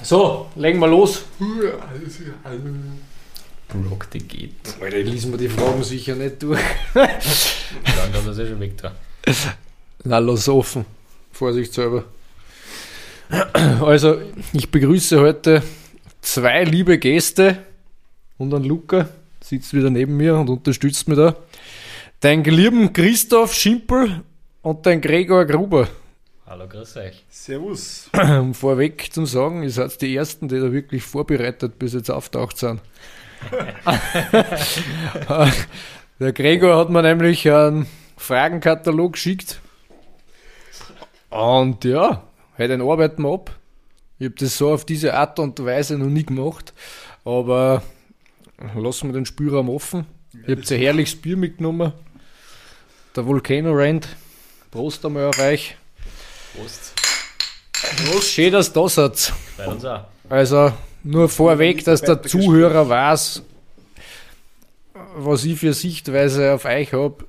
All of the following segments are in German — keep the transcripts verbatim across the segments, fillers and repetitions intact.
So, legen wir los. Rock die geht. Alter, ich lese mir die Fragen sicher nicht durch. Dann hat das eh schon weg da. Na, lass offen. Vorsicht selber. Also, ich begrüße heute zwei liebe Gäste und einen Luca, sitzt wieder neben mir und unterstützt mich da. Deinen geliebten Christoph Schimpel und dein Gregor Gruber. Hallo, grüß euch. Servus. Um vorweg zu sagen, ihr seid die Ersten, die da wirklich vorbereitet bis jetzt auftaucht sind. Der Gregor hat mir nämlich einen Fragenkatalog geschickt. Und ja, hey, den arbeiten wir ab. Ich habe das so auf diese Art und Weise noch nie gemacht. Aber lassen wir den Spielraum offen. Ich habe ein herrliches Bier mitgenommen. Der Volcano Rand. Prost einmal auf euch. Prost. Prost. Schön, dass ihr da seid. Bei uns auch. Also nur vorweg, dass der Zuhörer weiß, was ich für Sichtweise auf euch habe.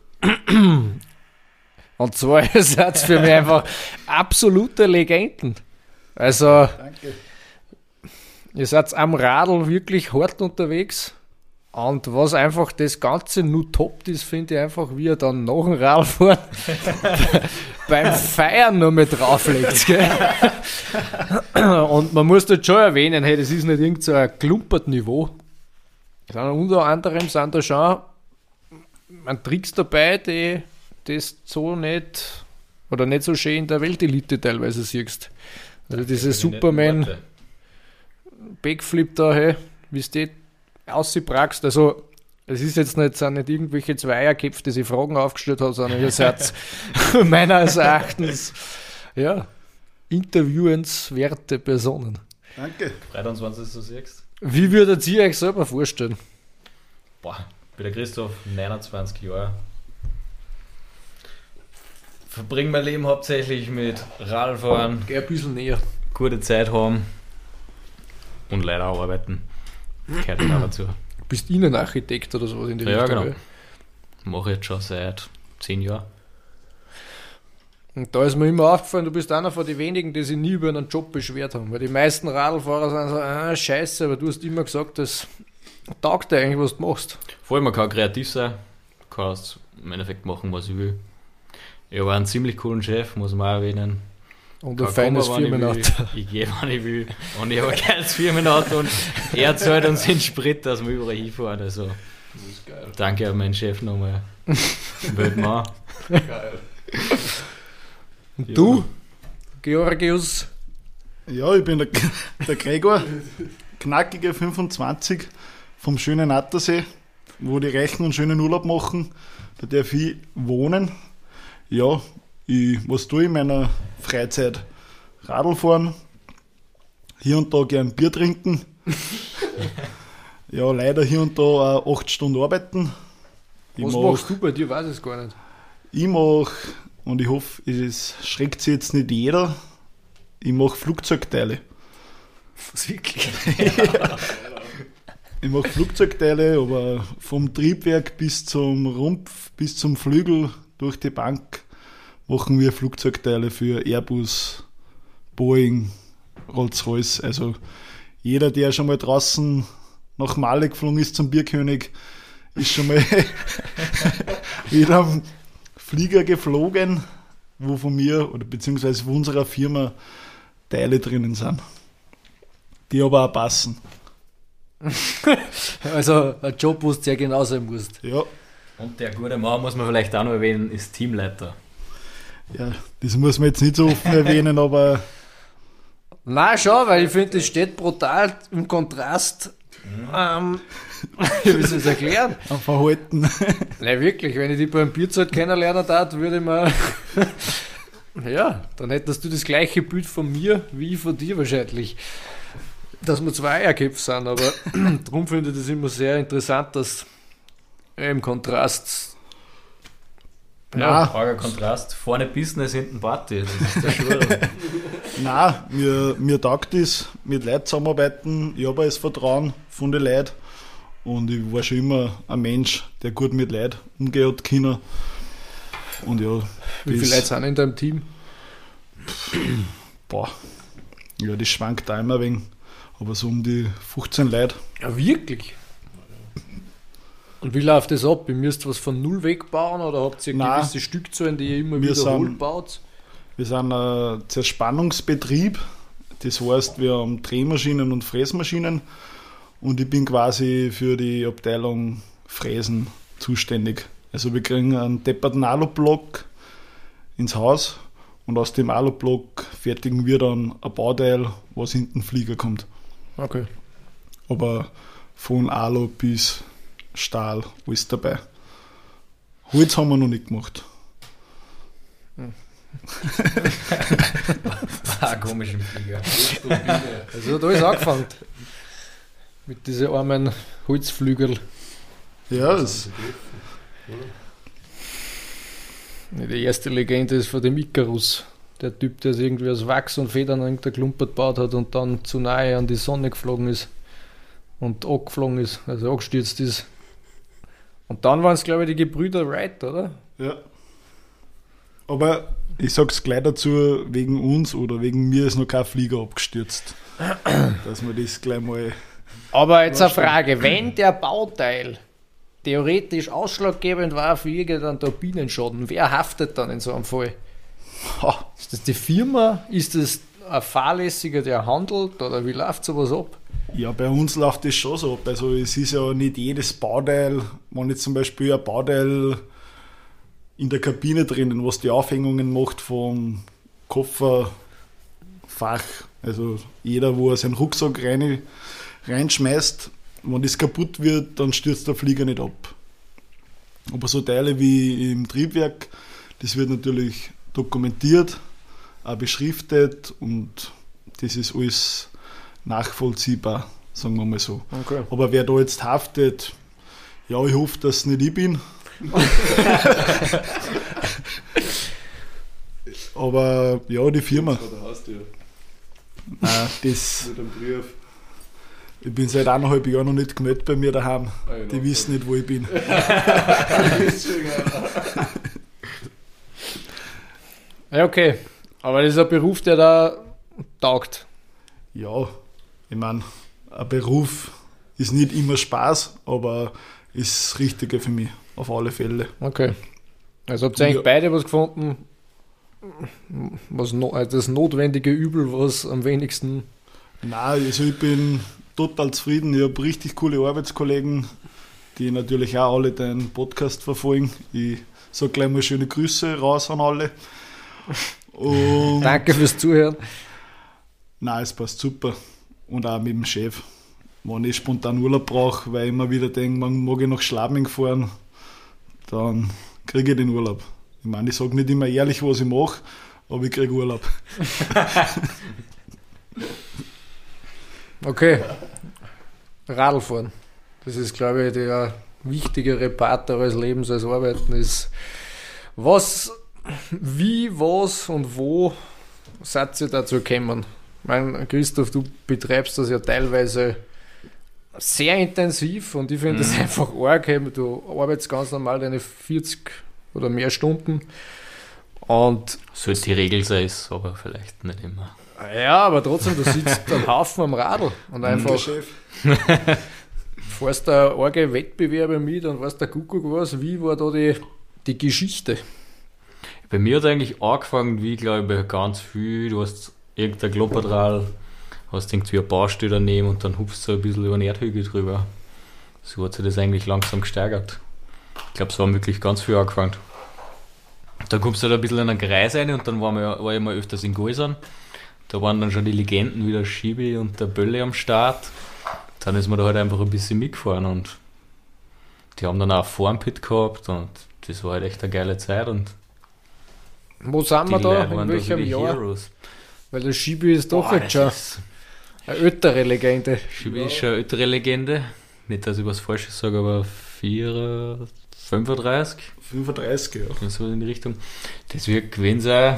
Und zwar, ihr seid für mich einfach absolute Legenden. Also, Danke. ihr seid am Radl wirklich hart unterwegs. Und was einfach das Ganze nur toppt ist, finde ich einfach, wie er dann nach dem Radfahren beim Feiern noch mit drauflegt. Gell? Und man muss das schon erwähnen, hey, das ist nicht irgend so ein klumpert Niveau. Sondern unter anderem sind da schon ein Tricks dabei, die das so nicht oder nicht so schön in der Weltelite teilweise siehst. Also diese Superman Backflip da, hey, wie es die ausgepraxt. Also es ist jetzt nicht, sind nicht irgendwelche Zweierköpfe, die sich Fragen aufgestellt haben, sondern ihr seid meines Erachtens ja, interviewenswerte Personen. Danke. Freut uns, wenn du das so siehst. Wie würdet ihr euch selber vorstellen? Boah, ich bin der Christoph, neunundzwanzig Jahre. Verbringe mein Leben hauptsächlich mit Radfahren, Geh ein bisschen näher. gute Zeit haben und leider auch arbeiten. Gehört halt auch dazu. Du bist Innenarchitekt oder sowas in die Ja, Richtung. genau. gell? Mache ich jetzt schon seit zehn Jahren. Und da ist mir immer aufgefallen, du bist einer von den wenigen, die sich nie über einen Job beschwert haben. Weil die meisten Radlfahrer sind so, ah, scheiße, aber du hast immer gesagt, das taugt dir eigentlich, was du machst. Vor allem, man kann kreativ sein, kann im Endeffekt machen, was ich will. Ich habe einen ziemlich coolen Chef, muss man auch erwähnen. Und ein Kann feines kommen, wann ich Firmenauto. will. Ich gehe, wann ich will. Und ich habe ein geiles Firmenauto und er zahlt uns den Sprit, dass wir überall hinfahren. Also, Das ist geil. danke an meinen Chef nochmal. Weltmann. Geil. Und Ja. du, Georgius? Ja, ich bin der, der Gregor, knackige fünfundzwanzig vom schönen Attersee, wo die Reichen einen schönen Urlaub machen. Da darf ich wohnen. Ja, ich, was tue ich in meiner Freizeit? Radl fahren, hier und da gern Bier trinken. Ja, leider hier und da auch acht Stunden arbeiten. Ich Was mach- machst du bei dir? Weiß ich es gar nicht. Ich mache, und ich hoffe, es schreckt sich jetzt nicht jeder, ich mache Flugzeugteile. Was wirklich? Ich mache Flugzeugteile, aber vom Triebwerk bis zum Rumpf, bis zum Flügel, durch die Bank machen wir Flugzeugteile für Airbus, Boeing, Rolls-Royce. Also jeder, der schon mal draußen nach Male geflogen ist zum Bierkönig, ist schon mal mit einem Flieger geflogen, wo von mir oder beziehungsweise von unserer Firma Teile drinnen sind, die aber auch passen. Also ein Job, wo du sehr genau sein musst. Ja, Und der gute Mann, muss man vielleicht auch noch erwähnen, ist Teamleiter. ja, das muss man jetzt nicht so offen erwähnen, aber Nein, schau, weil ich finde, das steht brutal im Kontrast. Ähm, wie soll ich es erklären? am Verhalten. Nein, wirklich, wenn ich dich beim Bierzelt kennenlernen darf, würde ich mir. Ja, dann hättest du das gleiche Bild von mir wie ich von dir wahrscheinlich. Dass wir zwei Eierköpfe sind, aber darum finde ich das immer sehr interessant, dass im Kontrast. Ja. Arger Kontrast, vorne Business, hinten Party. Das ist der Schwur. Nein, mir, mir taugt es, mit Leuten zusammenarbeiten. Ich habe das Vertrauen von den Leuten und ich war schon immer ein Mensch, der gut mit Leuten umgehen hat können. Und ja, Wie viele Leute sind in deinem Team? boah, ja, das schwankt auch immer wegen. aber so um die fünfzehn Leute. Ja, wirklich? Und wie läuft das ab? Ihr müsst was von null wegbauen oder habt ihr Nein. gewisse Stückzahlen, die ihr immer Wir wiederholt sind- baut? Wir sind ein Zerspannungsbetrieb, das heißt, wir haben Drehmaschinen und Fräsmaschinen und ich bin quasi für die Abteilung Fräsen zuständig. Also wir kriegen einen depperten Alublock ins Haus und aus dem Alublock fertigen wir dann ein Bauteil, was hinten Flieger kommt. Okay. Aber von Alu bis Stahl, alles dabei. Holz haben wir noch nicht gemacht. Ah, komisch im Flieger. Also hat alles angefangen. Mit diesen armen Holzflügel. Ja, das, Die erste Legende ist von dem Icarus. Der Typ, der sich irgendwie aus Wachs und Federn irgendein Klumpert gebaut hat und dann zu nahe an die Sonne geflogen ist. Und angeflogen ist, also angestürzt ist. Und dann waren es, glaube ich, die Gebrüder Wright, oder? ja. Aber ich sag's gleich dazu, wegen uns oder wegen mir ist noch kein Flieger abgestürzt. Dass wir das gleich mal. Aber jetzt Ja, eine Frage, wenn der Bauteil theoretisch ausschlaggebend war für irgendeinen Turbinenschaden, wer haftet dann in so einem Fall? Ha, Ist das die Firma? Ist das ein Fahrlässiger, der handelt? Oder wie läuft sowas ab? ja, bei uns läuft das schon so ab. Also es ist ja nicht jedes Bauteil, wenn jetzt zum Beispiel ein Bauteil in der Kabine drinnen, was die Aufhängungen macht vom Kofferfach. Also jeder, wo er seinen Rucksack rein, reinschmeißt, wenn das kaputt wird, dann stürzt der Flieger nicht ab. Aber so Teile wie im Triebwerk, das wird natürlich dokumentiert, auch beschriftet und das ist alles nachvollziehbar, sagen wir mal so. Okay. Aber wer da jetzt haftet, ja, ich hoffe, dass es nicht ich bin. Aber ja, die Firma. Vor der Haustür. Nein, das, Mit einem Brief. ich bin seit eineinhalb Jahren noch nicht gemeldet bei mir daheim. Ah, ja, Die wissen nicht, wo ich bin. Ja, okay. Aber das ist ein Beruf, der da taugt. Ja, ich meine, ein Beruf ist nicht immer Spaß, aber ist das Richtige für mich, auf alle Fälle. Okay. Also habt ihr eigentlich Ja. beide was gefunden, was no, also das notwendige Übel, was am wenigsten. Nein, also ich bin total zufrieden. Ich habe richtig coole Arbeitskollegen, die natürlich auch alle deinen Podcast verfolgen. Ich sage gleich mal schöne Grüße raus an alle. Und Danke fürs Zuhören. nein, es passt super. Und auch mit dem Chef. Wenn ich spontan Urlaub brauche, weil ich immer wieder denke, man mag ich nach Schladming fahren, dann kriege ich den Urlaub. Ich meine, ich sage nicht immer ehrlich, was ich mache, aber ich kriege Urlaub. Okay. Radlfahren. Das ist, glaube ich, der wichtigere Part eures Lebens als Arbeiten ist. Was, wie, was und wo seid ihr dazu gekommen? Ich meine, Christoph, du betreibst das ja teilweise sehr intensiv und ich finde das einfach arg. Hey, du arbeitest ganz normal deine vierzig oder mehr Stunden und Sollte die Regel sein, ist aber vielleicht nicht immer. ja, aber trotzdem, du sitzt einen Haufen am Radl und Der einfach Chef. fährst da arge Wettbewerbe mit und weißt der Kuckuck was, wie war da die, die Geschichte? Bei mir hat es eigentlich angefangen, wie glaube ich bei ganz viel, du hast irgendein Klopperdrall, hast irgendwie ein Baustell daneben und dann hupfst du ein bisschen über den Erdhügel drüber. So hat sich das eigentlich langsam gesteigert. Ich glaube, es war wirklich ganz viel angefangen. Da kommst du halt ein bisschen in einen Kreis rein und dann waren wir, war ich mal öfters in Gäusern. Da waren dann schon die Legenden wie der Schibi und der Bölle am Start. Dann ist man da halt einfach ein bisschen mitgefahren und die haben dann auch Formpit gehabt und das war halt echt eine geile Zeit und Wo sind die wir da? Leute In waren da so welchem wie Jahr? Heroes. Weil der Schibi ist doch Boah, jetzt schon das ist- eine ältere Legende. Schibi ist schon eine ältere Legende. Nicht, dass ich was Falsches sage, aber vier, fünfunddreißig, fünfunddreißig, ja. so in die Richtung. Das wird gewesen sein,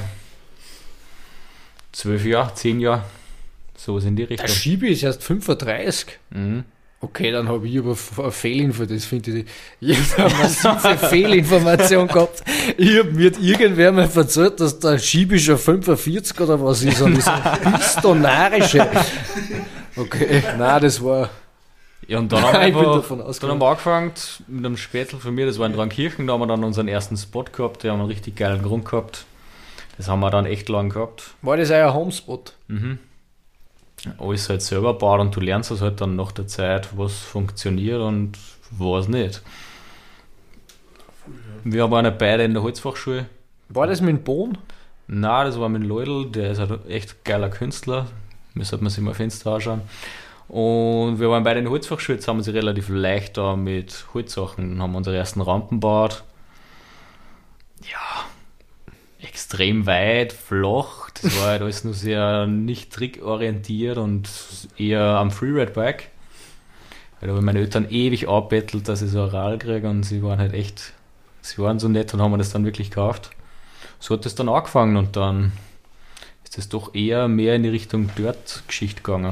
zwölf Jahre, zehn Jahre, sowas in die Der Richtung. Schibi ist erst fünfunddreißig. Mhm. Okay, dann habe ich aber f- eine Fehlinfo, das finde ich. Ich habe eine massive Fehlinformation gehabt. Ich habe mir irgendwer mal erzählt, dass der Schibi schon fünfundvierzig oder was ist. Und ich so, bist du narische? Okay, nein, das war... Ja, und dann haben, wir Ich bin einfach, davon dann ausgegangen. haben wir angefangen mit einem Spätzl von mir, das war in Drankirchen, da haben wir dann unseren ersten Spot gehabt, da haben wir einen richtig geilen Grund gehabt. Das haben wir dann echt lang gehabt. War das euer Homespot? Mhm. Alles halt selber baut und du lernst es halt dann nach der Zeit, was funktioniert und was nicht. Wir waren ja beide in der Holzfachschule. War das mit dem Bohn? Nein, das war mit Leudl, der ist halt echt ein geiler Künstler. Wir sollten man sich mal Fenster anschauen. Und wir waren beide in der Holzfachschule, jetzt haben wir sie relativ leicht da mit Holzsachen. Dann haben wir unsere ersten Rampen gebaut. Ja, extrem weit, flach. Das war halt alles nur sehr nicht trickorientiert und eher am Freeride-Bike. Weil da haben meine Eltern ewig abbettelt, dass ich so ein Rad kriege und sie waren halt echt, sie waren so nett und haben mir das dann wirklich gekauft. So hat das dann angefangen und dann ist es doch eher mehr in die Richtung Dirt-Geschichte gegangen.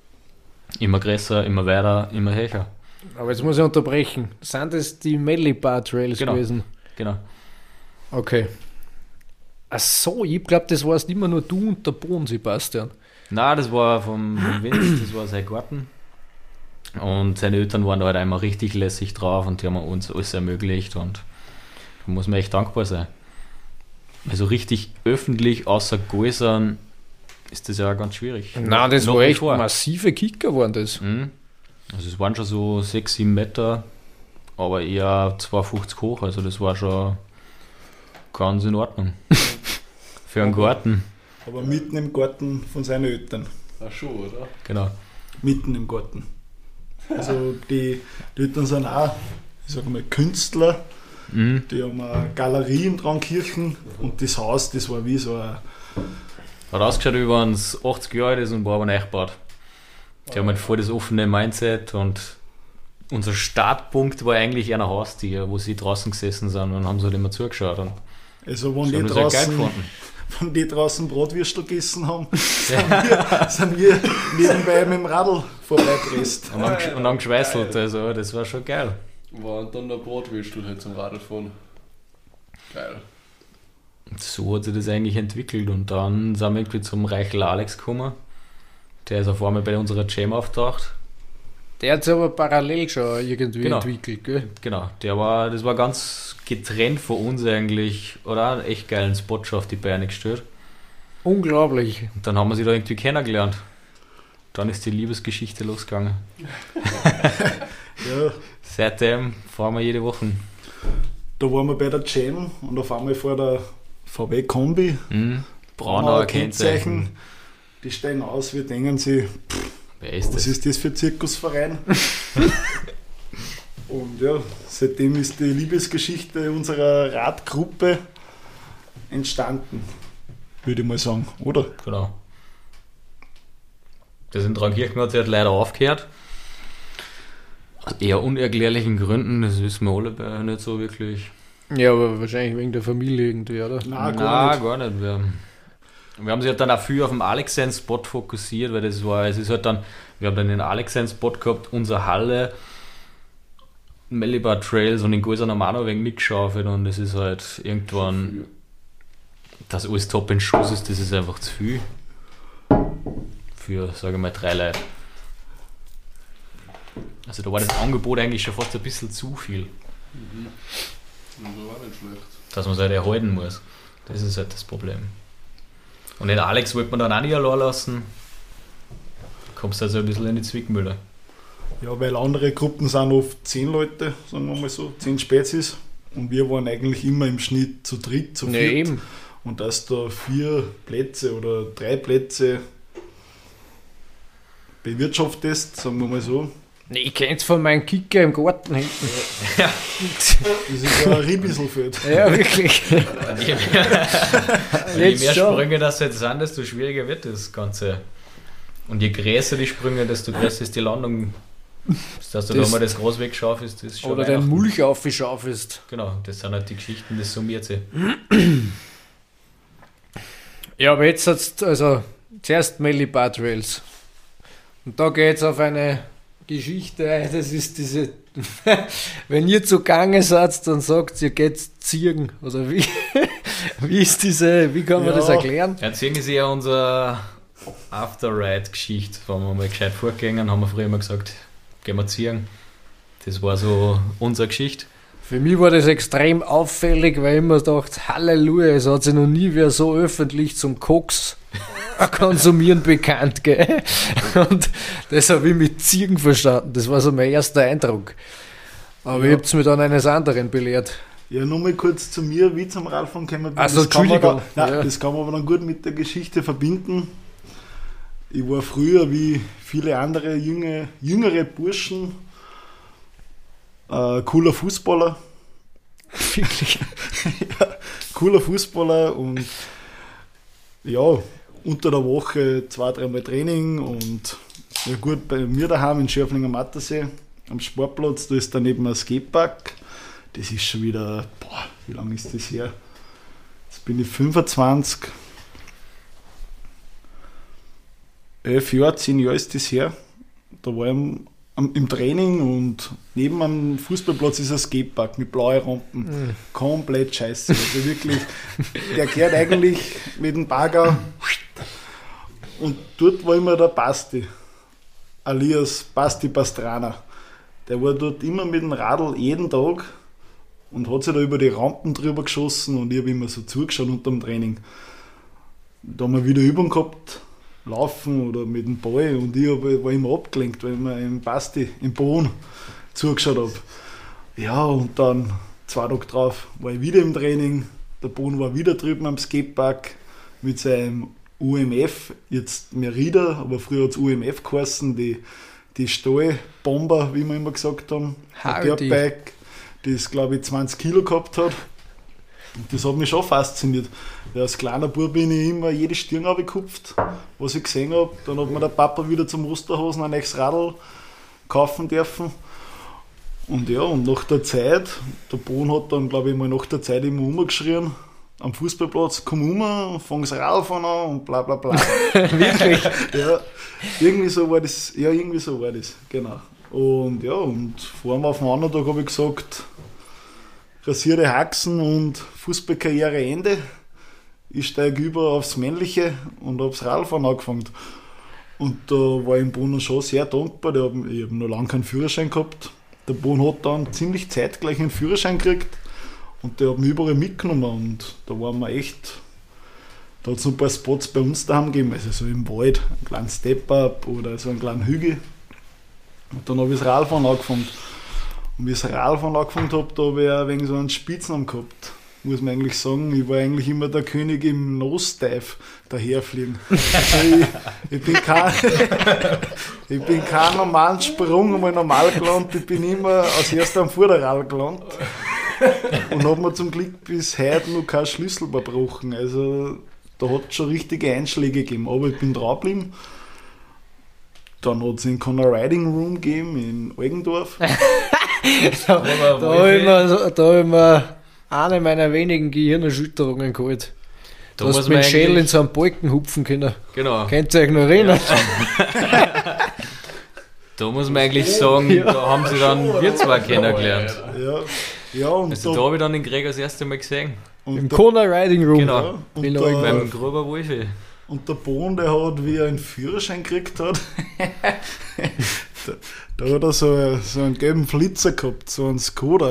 Immer größer, immer weiter, immer höher. Aber jetzt muss ich unterbrechen. Sind das die Mellibar Trails Genau. gewesen? Genau. Okay. Ach so, ich glaube, das warst immer nur du und der Bohn, Sebastian. Nein, das war vom Vince, das war sein Garten. Und seine Eltern waren da halt einmal richtig lässig drauf und die haben uns alles ermöglicht und da muss man echt dankbar sein. Also richtig öffentlich, außer Gäusern, ist das ja auch ganz schwierig. Nein, das Noch war echt bevor. massive Kicker waren das. Mhm. Also es waren schon so sechs, sieben Meter, aber eher zwei Meter fünfzig hoch, also das war schon ganz in Ordnung. Für einen Garten. Aber mitten im Garten von seinen Eltern. Ach schon, oder? Genau. Mitten im Garten. Also die, die Eltern sind auch, ich sage mal, Künstler. Mhm. Die haben eine Galerie in Drankirchen und das Haus, das war wie so ein... Hat ausgeschaut, wie wenn es achtzig Jahre alt ist und war aber neu gebaut. Die haben halt voll das offene Mindset und unser Startpunkt war eigentlich einer Haustür, wo sie draußen gesessen sind und haben so halt immer zugeschaut. Und Also wenn sie die, haben das halt geil draußen, gefunden. wenn die draußen Bratwürstel gegessen haben, sind, wir, sind wir nebenbei mit dem Radl vorbeigepresst. Und haben, und haben geschweißelt, also das war schon geil. War dann der Bratwürstel halt zum Radlfahren. Geil. Und so hat sich das eigentlich entwickelt und dann sind wir irgendwie zum Reichel Alex gekommen. Der ist auf einmal bei unserer Jam auftaucht. Der hat sich aber parallel schon irgendwie Genau. entwickelt, gell? Genau, der war, das war ganz getrennt von uns eigentlich, oder einen echt geilen Spot schon auf die Beine gestellt. Unglaublich. Und dann haben wir sie da irgendwie kennengelernt. Dann ist die Liebesgeschichte losgegangen. Ja, Seitdem fahren wir jede Woche. da waren wir bei der Jam und auf einmal vor der V W-Kombi, Mhm. Braunauer Kennzeichen, die steigen aus, wir denken sie, Wer ist was das? ist das für ein Zirkusverein? Und ja, seitdem ist die Liebesgeschichte unserer Radgruppe entstanden, würde ich mal sagen, oder? Genau. Das in Drankirchen hat sich halt leider aufgehört. Aus eher unerklärlichen Gründen, das wissen wir alle bei nicht so wirklich. Ja, aber wahrscheinlich wegen der Familie irgendwie, oder? Nein, gar Nein, nicht. gar nicht. Wir, wir haben sich halt dann auch viel auf den Alexen-Spot fokussiert, weil das war, es ist halt dann, wir haben dann den Alexen-Spot gehabt, unsere Halle, Mellibar Trails und in Gäusern haben wir auch noch ein wenig mitgeschaufelt und es ist halt irgendwann, dass alles top in Schuss ist, das ist einfach zu viel. Für, sage ich mal, drei Leute. Also da war das Angebot eigentlich schon fast ein bisschen zu viel, Das war nicht schlecht. dass man es halt erhalten muss. Das ist halt das Problem. Und den Alex wollte man dann auch nicht allein lassen. Kommst also ein bisschen in die Zwickmühle. Ja, weil andere Gruppen sind oft zehn Leute, sagen wir mal so, zehn Spezies. Und wir waren eigentlich immer im Schnitt zu dritt, zu Ja, viert. eben. Und dass da vier Plätze oder drei Plätze bewirtschaftest, sagen wir mal so, Nee, ich kenn's von meinem Kicker im Garten hinten. das ist ja ein Riebisselfeld. Ja, wirklich. Je mehr, je Jetzt mehr schon. Sprünge das jetzt sind, desto schwieriger wird das Ganze. Und je größer die Sprünge, desto größer ist die Landung. Dass du Das- da mal das Gras wegschaufst, ist schon Oder den Weihnachten. Mulch aufschaufest. Genau, das sind halt die Geschichten, das summiert sich. Ja, aber jetzt hat's, also zuerst Mellibar Trails. Und da geht's auf eine Geschichte ein, das ist diese, wenn ihr zugange seid, dann sagt ihr, geht's ziehen. Oder wie, wie ist diese, wie kann man Ja. das erklären? Ja, deswegen ist ja unser, After-Ride-Geschichte. Wenn wir mal gescheit vorgegangen, haben wir früher immer gesagt, gehen wir ziehen. Das war so unsere Geschichte. Für mich war das extrem auffällig, weil ich mir dachte, Halleluja, es hat sich noch nie wer so öffentlich zum Koks konsumieren bekannt, gell? Und das habe ich mit Ziegen verstanden. Das war so mein erster Eindruck. Aber Ja. ich habe es mir dann eines anderen belehrt. Ja, nochmal kurz zu mir, wie zum Radfahren gekommen bin. Ach so, Das kann man Entschuldigung. da- Nein, Ja. das kann man aber dann gut mit der Geschichte verbinden. Ich war früher, wie viele andere junge, jüngere Burschen, äh, cooler Fußballer. Wirklich. ja, cooler Fußballer und ja, unter der Woche zwei, dreimal Training und ja gut, bei mir daheim in Schörfling am Attersee, am Sportplatz, da ist daneben ein Skatepark. Das ist schon wieder, boah, wie lange ist das her? Jetzt bin ich fünfundzwanzig. Elf Jahre, zehn Jahre ist das her. Da war ich im, am, im Training und neben am Fußballplatz ist ein Skatepark mit blauen Rampen. Mhm. Komplett scheiße. Also wirklich, der gehört eigentlich mit dem Bagger. Und dort war immer der Basti, alias Basti Pastrana. Der war dort immer mit dem Radl jeden Tag und hat sich da über die Rampen drüber geschossen und ich habe immer so zugeschaut unter dem Training. Da haben wir wieder Übung gehabt, laufen oder mit dem Ball und ich hab, war immer abgelenkt, weil ich mir im Basti, im Boden zugeschaut habe. Ja, und dann zwei Tage drauf war ich wieder im Training, der Boden war wieder drüben am Skatepark mit seinem U M F, jetzt Merida, aber früher hat es U M F geheißen, die, die Stahlbomber, wie wir immer gesagt haben, ein Hardy. Dirtbike, das glaube ich zwanzig Kilo gehabt hat. Und das hat mich schon fasziniert. Ja, als kleiner Bub bin ich immer jede Stirn abgekupft, was ich gesehen habe. Dann hat mir der Papa wieder zum Osterhosen ein neues Radl kaufen dürfen. Und ja, und nach der Zeit, der Bohn hat dann, glaube ich, mal nach der Zeit immer umgeschrien, am Fußballplatz, komm um, fang das Radfahren an und bla bla bla. Wirklich? Ja, irgendwie so war das, ja, irgendwie so war das, genau. Und ja, und vor allem auf den anderen Tag habe ich gesagt, rasiere Haxen und Fußballkarriere Ende. Ich steige über aufs Männliche und habe das Radfahren angefangen. Und da war ich im Bohn schon sehr dankbar. Der hat, ich habe noch lange keinen Führerschein gehabt. Der Bohn hat dann ziemlich zeitgleich einen Führerschein gekriegt und der hat mich überall mitgenommen. Und da waren wir echt, da hat es noch ein paar Spots bei uns daheim gegeben, also so im Wald, einen kleinen Step-Up oder so einen kleinen Hügel. Und dann habe ich das Radfahren angefangen. Und wie ich das Radfahren angefangen habe, da habe ich auch wegen so einen Spitznamen gehabt. Muss man eigentlich sagen, ich war eigentlich immer der König im Nosedive daherfliegen. Also ich, ich, bin kein, ich bin kein normalen Sprung einmal normal gelandet, ich bin immer als erster am Vorderrad gelandet. Und habe mir zum Glück bis heute noch keinen Schlüssel gebrochen. Also da hat es schon richtige Einschläge gegeben, aber ich bin dran geblieben. Dann hat es einen Conor Riding Room gegeben in Eugendorf. Da, da habe ich, mir so- da hab ich mir eine meiner wenigen Gehirnerschütterungen geholt. Da Du hast muss mit man dem Schädel in eigentlich- so einen Balken hupfen können. Genau. Könnt ihr euch noch erinnern? Da muss man eigentlich sagen, Ja. da haben sie dann wir zwei kennengelernt. Ja, ja und Also da da, habe ich dann den Gregor das erste Mal gesehen. und Im da, Conor Riding Room. Genau. ja, und, In da, Beim Gruber Wolfi. und der Bohn, der hat, wie er einen Führerschein gekriegt hat, da, da hat er so, so einen gelben Flitzer gehabt, so einen Skoda.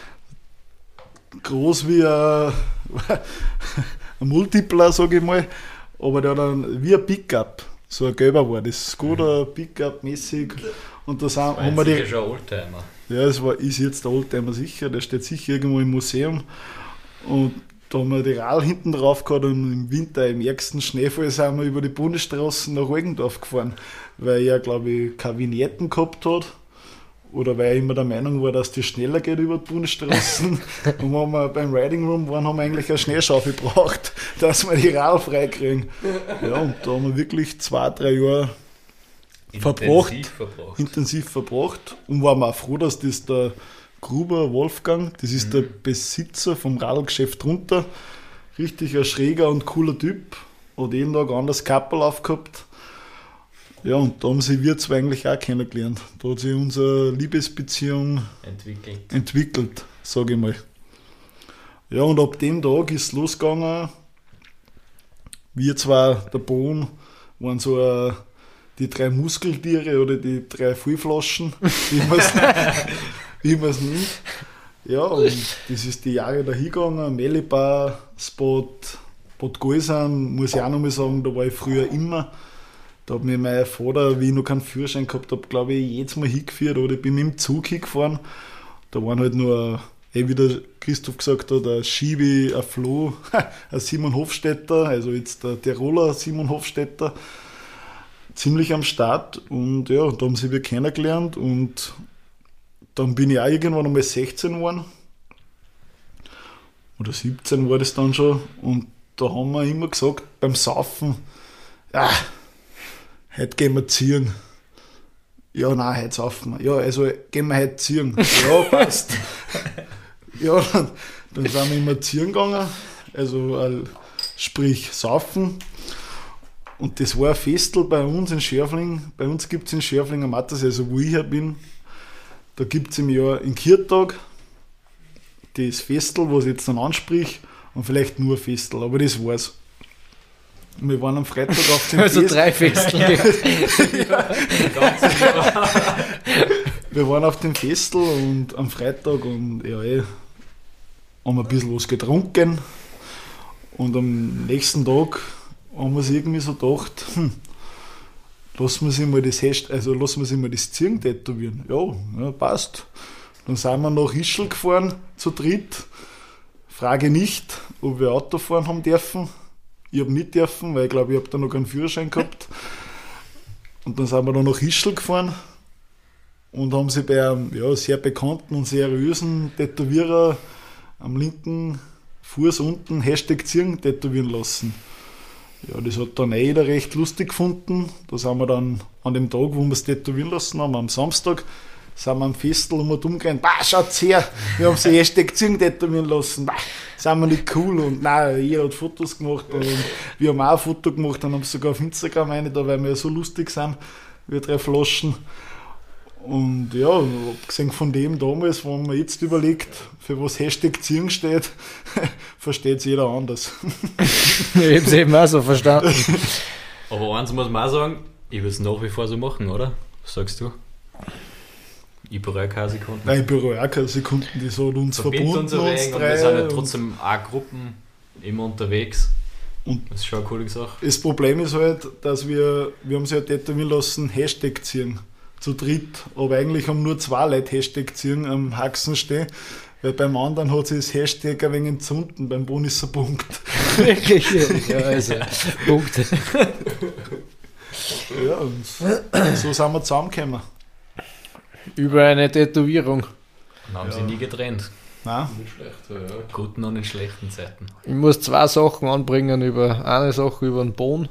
Groß wie ein, ein Multipler, sage ich mal, aber der hat einen, wie ein Pickup, so ein gelber war das, Skoda Pickup-mäßig. Und da sind, haben wir die, schon ein Oldtimer. ja, das war, ist jetzt der Oldtimer sicher, der steht sicher irgendwo im Museum. Und da haben wir die Radl hinten drauf gehabt und im Winter, im ärgsten Schneefall, sind wir über die Bundesstraßen nach Eugendorf gefahren, weil er, glaube ich, keine Vignetten gehabt hat. Oder weil er immer der Meinung war, dass die schneller geht über die Bundesstraßen. Und wenn wir beim Riding Room waren, haben wir eigentlich eine Schneeschaufel gebraucht, dass wir die Radl freikriegen. Ja, und da haben wir wirklich zwei, drei Jahre verbracht. Intensiv verbracht. intensiv verbracht und waren wir auch froh, dass das der Gruber Wolfgang, das ist der Besitzer vom Radlgeschäft drunter, richtig ein schräger und cooler Typ, hat jeden Tag ein anderes Kappel aufgehabt. Ja, und da haben sie wir zwei eigentlich auch kennengelernt. Da hat sich unsere Liebesbeziehung Entwickelt. entwickelt, sage ich mal. Ja, und ab dem Tag ist es losgegangen. Wir zwei, der Bohn, waren so äh, die drei Muskeltiere oder die drei Füllflaschen, wie man es wie man's nimmt. Ja, und das ist die Jahre dahin gegangen. Melibar, Spot, Bad Galsan, muss ich auch noch mal sagen, da war ich früher immer. Da hat mir mein Vater, wie ich noch keinen Führerschein gehabt habe, glaube ich, jedes Mal hingeführt oder ich bin mit dem Zug hingefahren. Da waren halt nur, eh wie der Christoph gesagt hat, ein Schiebe, ein Flo, ein Simon Hofstetter, also jetzt der Tiroler Simon Hofstetter, ziemlich am Start. Und ja, da haben sie wir kennengelernt und dann bin ich auch irgendwann einmal sechzehn geworden. Oder siebzehn war das dann schon. Und da haben wir immer gesagt, beim Saufen, ja, heute gehen wir ziehen. Ja, nein, heute saufen wir. Ja, also gehen wir heute ziehen. Ja, passt. Ja, dann, dann sind wir immer ziehen gegangen. Also, äh, sprich, saufen. Und das war ein Festel bei uns in Schärfling. Bei uns gibt es in Schärfling am Mattersee, also wo ich her bin, da gibt es im Jahr in Kirtag das Festel, was ich jetzt dann ansprich, und vielleicht nur ein Festel, aber das war's. Wir waren am Freitag auf dem Also Fest. drei Festel. Wir waren auf dem Festel und am Freitag und ja, eh, haben ein bisschen was getrunken. Und am nächsten Tag haben wir uns irgendwie so gedacht, hm, lassen wir sich mal das Hest, also lassen wir sich mal das Ziehen tätowieren. Ja, ja, passt. Dann sind wir nach Ischl gefahren, zu dritt. Frage nicht, ob wir Auto fahren haben dürfen. Ich habe nicht dürfen, weil ich glaube, ich habe da noch keinen Führerschein gehabt. Und dann sind wir dann nach Ischl gefahren und haben sie bei einem ja, sehr bekannten und seriösen Tätowierer am linken Fuß unten Hashtag Ziehen tätowieren lassen. Ja, das hat dann eh jeder recht lustig gefunden. Da sind wir dann an dem Tag, wo wir es tätowieren lassen haben, am Samstag, sind wir am Festel und wir umgerannt. Bah, schaut's her, wir haben sie Hashtag Ziehen tätowieren lassen. Bah, sind wir nicht cool. Und nein, jeder hat Fotos gemacht und wir haben auch ein Foto gemacht und haben es sogar auf Instagram rein, da weil wir ja so lustig sind, wir drei Flaschen. Und ja, abgesehen von dem damals, wenn man jetzt überlegt, für was Hashtag Ziehen steht, versteht es jeder anders. Ich habe es eben auch so verstanden. Aber eins muss man auch sagen, ich will es nach wie vor so machen, oder? Was sagst du? Ich bereue keine Sekunden. Nein, ich bereue auch keine Sekunden, das hat uns Verbindet verbunden, uns ein uns wenig und drei. wir sind ja trotzdem auch Gruppen immer unterwegs. Und das ist schon eine coole Sache. das Problem ist halt, dass wir, wir haben sie ja tätowieren lassen, Hashtag Ziehen. Zu dritt, aber eigentlich haben nur zwei Leute Hashtag Ziehen am Haxen stehen, weil beim anderen hat sich das Hashtag ein wenig entzünden, beim Bon ist ein Punkt. Wirklich? Ja, also, Punkte. Ja, und so sind wir zusammengekommen. Über eine Tätowierung. Dann haben Ja. sie nie getrennt. Nein, Nicht schlecht, ja. Guten und in schlechten Zeiten. Ich muss zwei Sachen anbringen, über eine Sache über den Boden.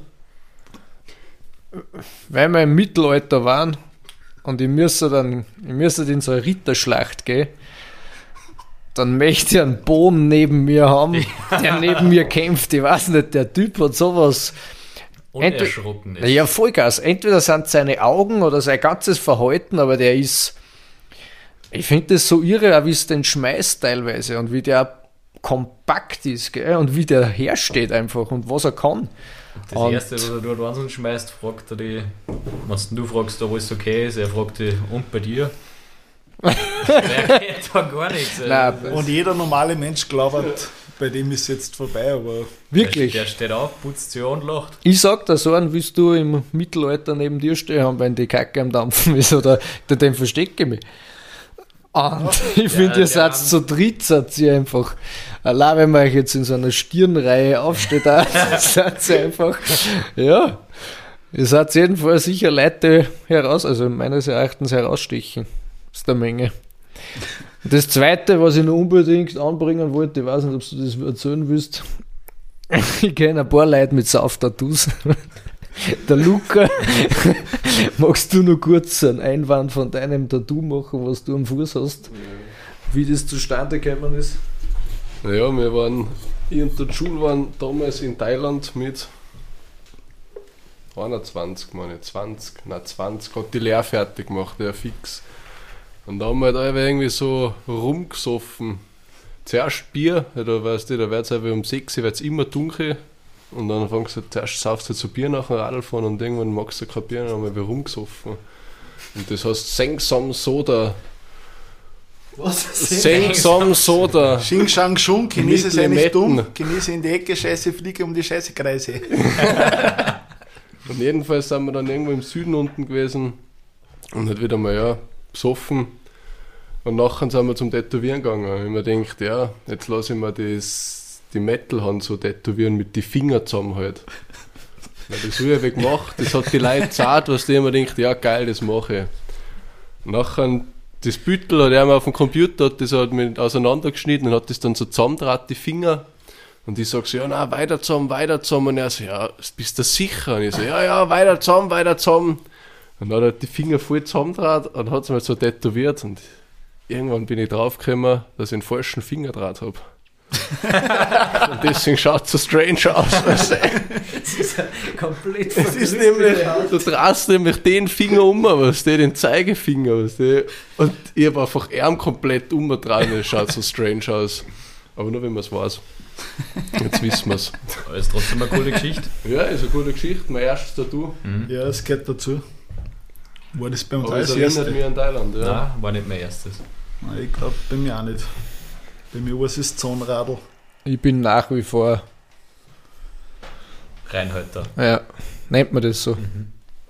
Weil wir im Mittelalter waren und ich müsste dann ich müsste in so eine Ritterschlacht gehen, dann möchte ich einen Boden neben mir haben, der neben mir kämpft. Ich weiß nicht, der Typ hat sowas. Unerschrocken ist. Ja, Vollgas. Entweder sind seine Augen oder sein ganzes Verhalten, aber der ist. Ich finde das so irre, auch wie es den schmeißt teilweise und wie der kompakt ist, gell? Und wie der hersteht einfach und was er kann. Das Und- erste, was er dort Wahnsinn schmeißt, fragt er dich, wenn du fragst, ob alles okay ist, er fragt dich, und bei dir? Der geht da gar nichts. ey. Nein, Das- und jeder normale Mensch glaubt, bei dem ist jetzt vorbei, aber Wirklich. Der, der steht auf, putzt sich an und lacht. Ich sag da so einen, willst du im Mittelalter neben dir stehen haben, wenn die Kacke am Dampfen ist, oder hinter dem verstecke ich mich. Und ich finde, ihr der seid Arm- zu dritt, seid ihr einfach, allein wenn man euch jetzt in so einer Stirnreihe aufsteht, auch, seid ihr einfach, ja, ihr seid jedenfalls sicher Leute heraus, also meines Erachtens herausstechen aus der Menge. Und das Zweite, was ich noch unbedingt anbringen wollte, ich weiß nicht, ob du das erzählen willst, ich kenne ein paar Leute mit Sauf-Tattoos. Der Luca, magst du noch kurz einen Einwand von deinem Tattoo machen, was du am Fuß hast? Wie das zustande gekommen ist? Naja, wir waren, ich und der Jules waren damals in Thailand mit einundzwanzig, meine ich, zwanzig, nein zwanzig, hat die Lehre fertig gemacht, ja fix. Und da haben wir halt alle irgendwie so rumgesoffen. Zuerst Bier, ja, da weißt du, da wird es um sechs, wird es immer dunkel Und dann fängst du zuerst saufst du zu Bier nach dem Radlfahren und irgendwann magst du kein Bier und dann haben wir rumgesoffen. Und das heißt Sengsam Soda. Was? Sengsam Soda. Xing Shang Shung, Chinesisch ist Mit eigentlich Limetten. dumm. Chinesisch in die Ecke, Scheiße fliege um die Scheiße kreise. Und jedenfalls sind wir dann irgendwo im Süden unten gewesen und halt wieder mal, ja, besoffen. Und nachher sind wir zum Tätowieren gegangen. Und ich mir gedacht, ja, jetzt lasse ich mir das, die Metal-Hand so tätowieren mit den Fingern zusammen halt. Weil das habe ich aber gemacht, das hat die Leute zart, was die immer denkt, ja geil, das mache ich. Und nachher, das Büttel hat er mir auf dem Computer, hat das halt mit auseinandergeschnitten und hat das dann so zusammendraht, die Finger. Und ich sag so, ja, nein, weiter zusammen, weiter zusammen. Und er so, ja, bist du sicher? Und ich so, ja, ja, weiter zusammen, weiter zusammen. Und dann hat er die Finger voll zusammendraht und hat es mir so tätowiert. Und irgendwann bin ich draufgekommen, dass ich einen falschen Fingerdraht habe. Und deswegen schaut es so strange aus. Weißt du? Das ist ja komplett Es ist nämlich, du drehst nämlich den Finger um, was der den Zeigefinger, was der, und ich habe einfach Arm komplett umgedreht und es schaut so strange aus. Aber nur wenn man es weiß. Jetzt wissen wir es. Aber ist trotzdem eine coole Geschichte. Ja, ist eine gute Geschichte. Mein erstes Tattoo. Mhm. Ja, es gehört dazu. War das bei uns Aber es alles erinnert erste? mich an Thailand. Ja. Nein, war nicht mein erstes. Nein, ich glaube, bei mir auch nicht. Bei mir war es das Zahnradl. Ich bin nach wie vor, Reinhalter. ja, nennt man das so. Mhm.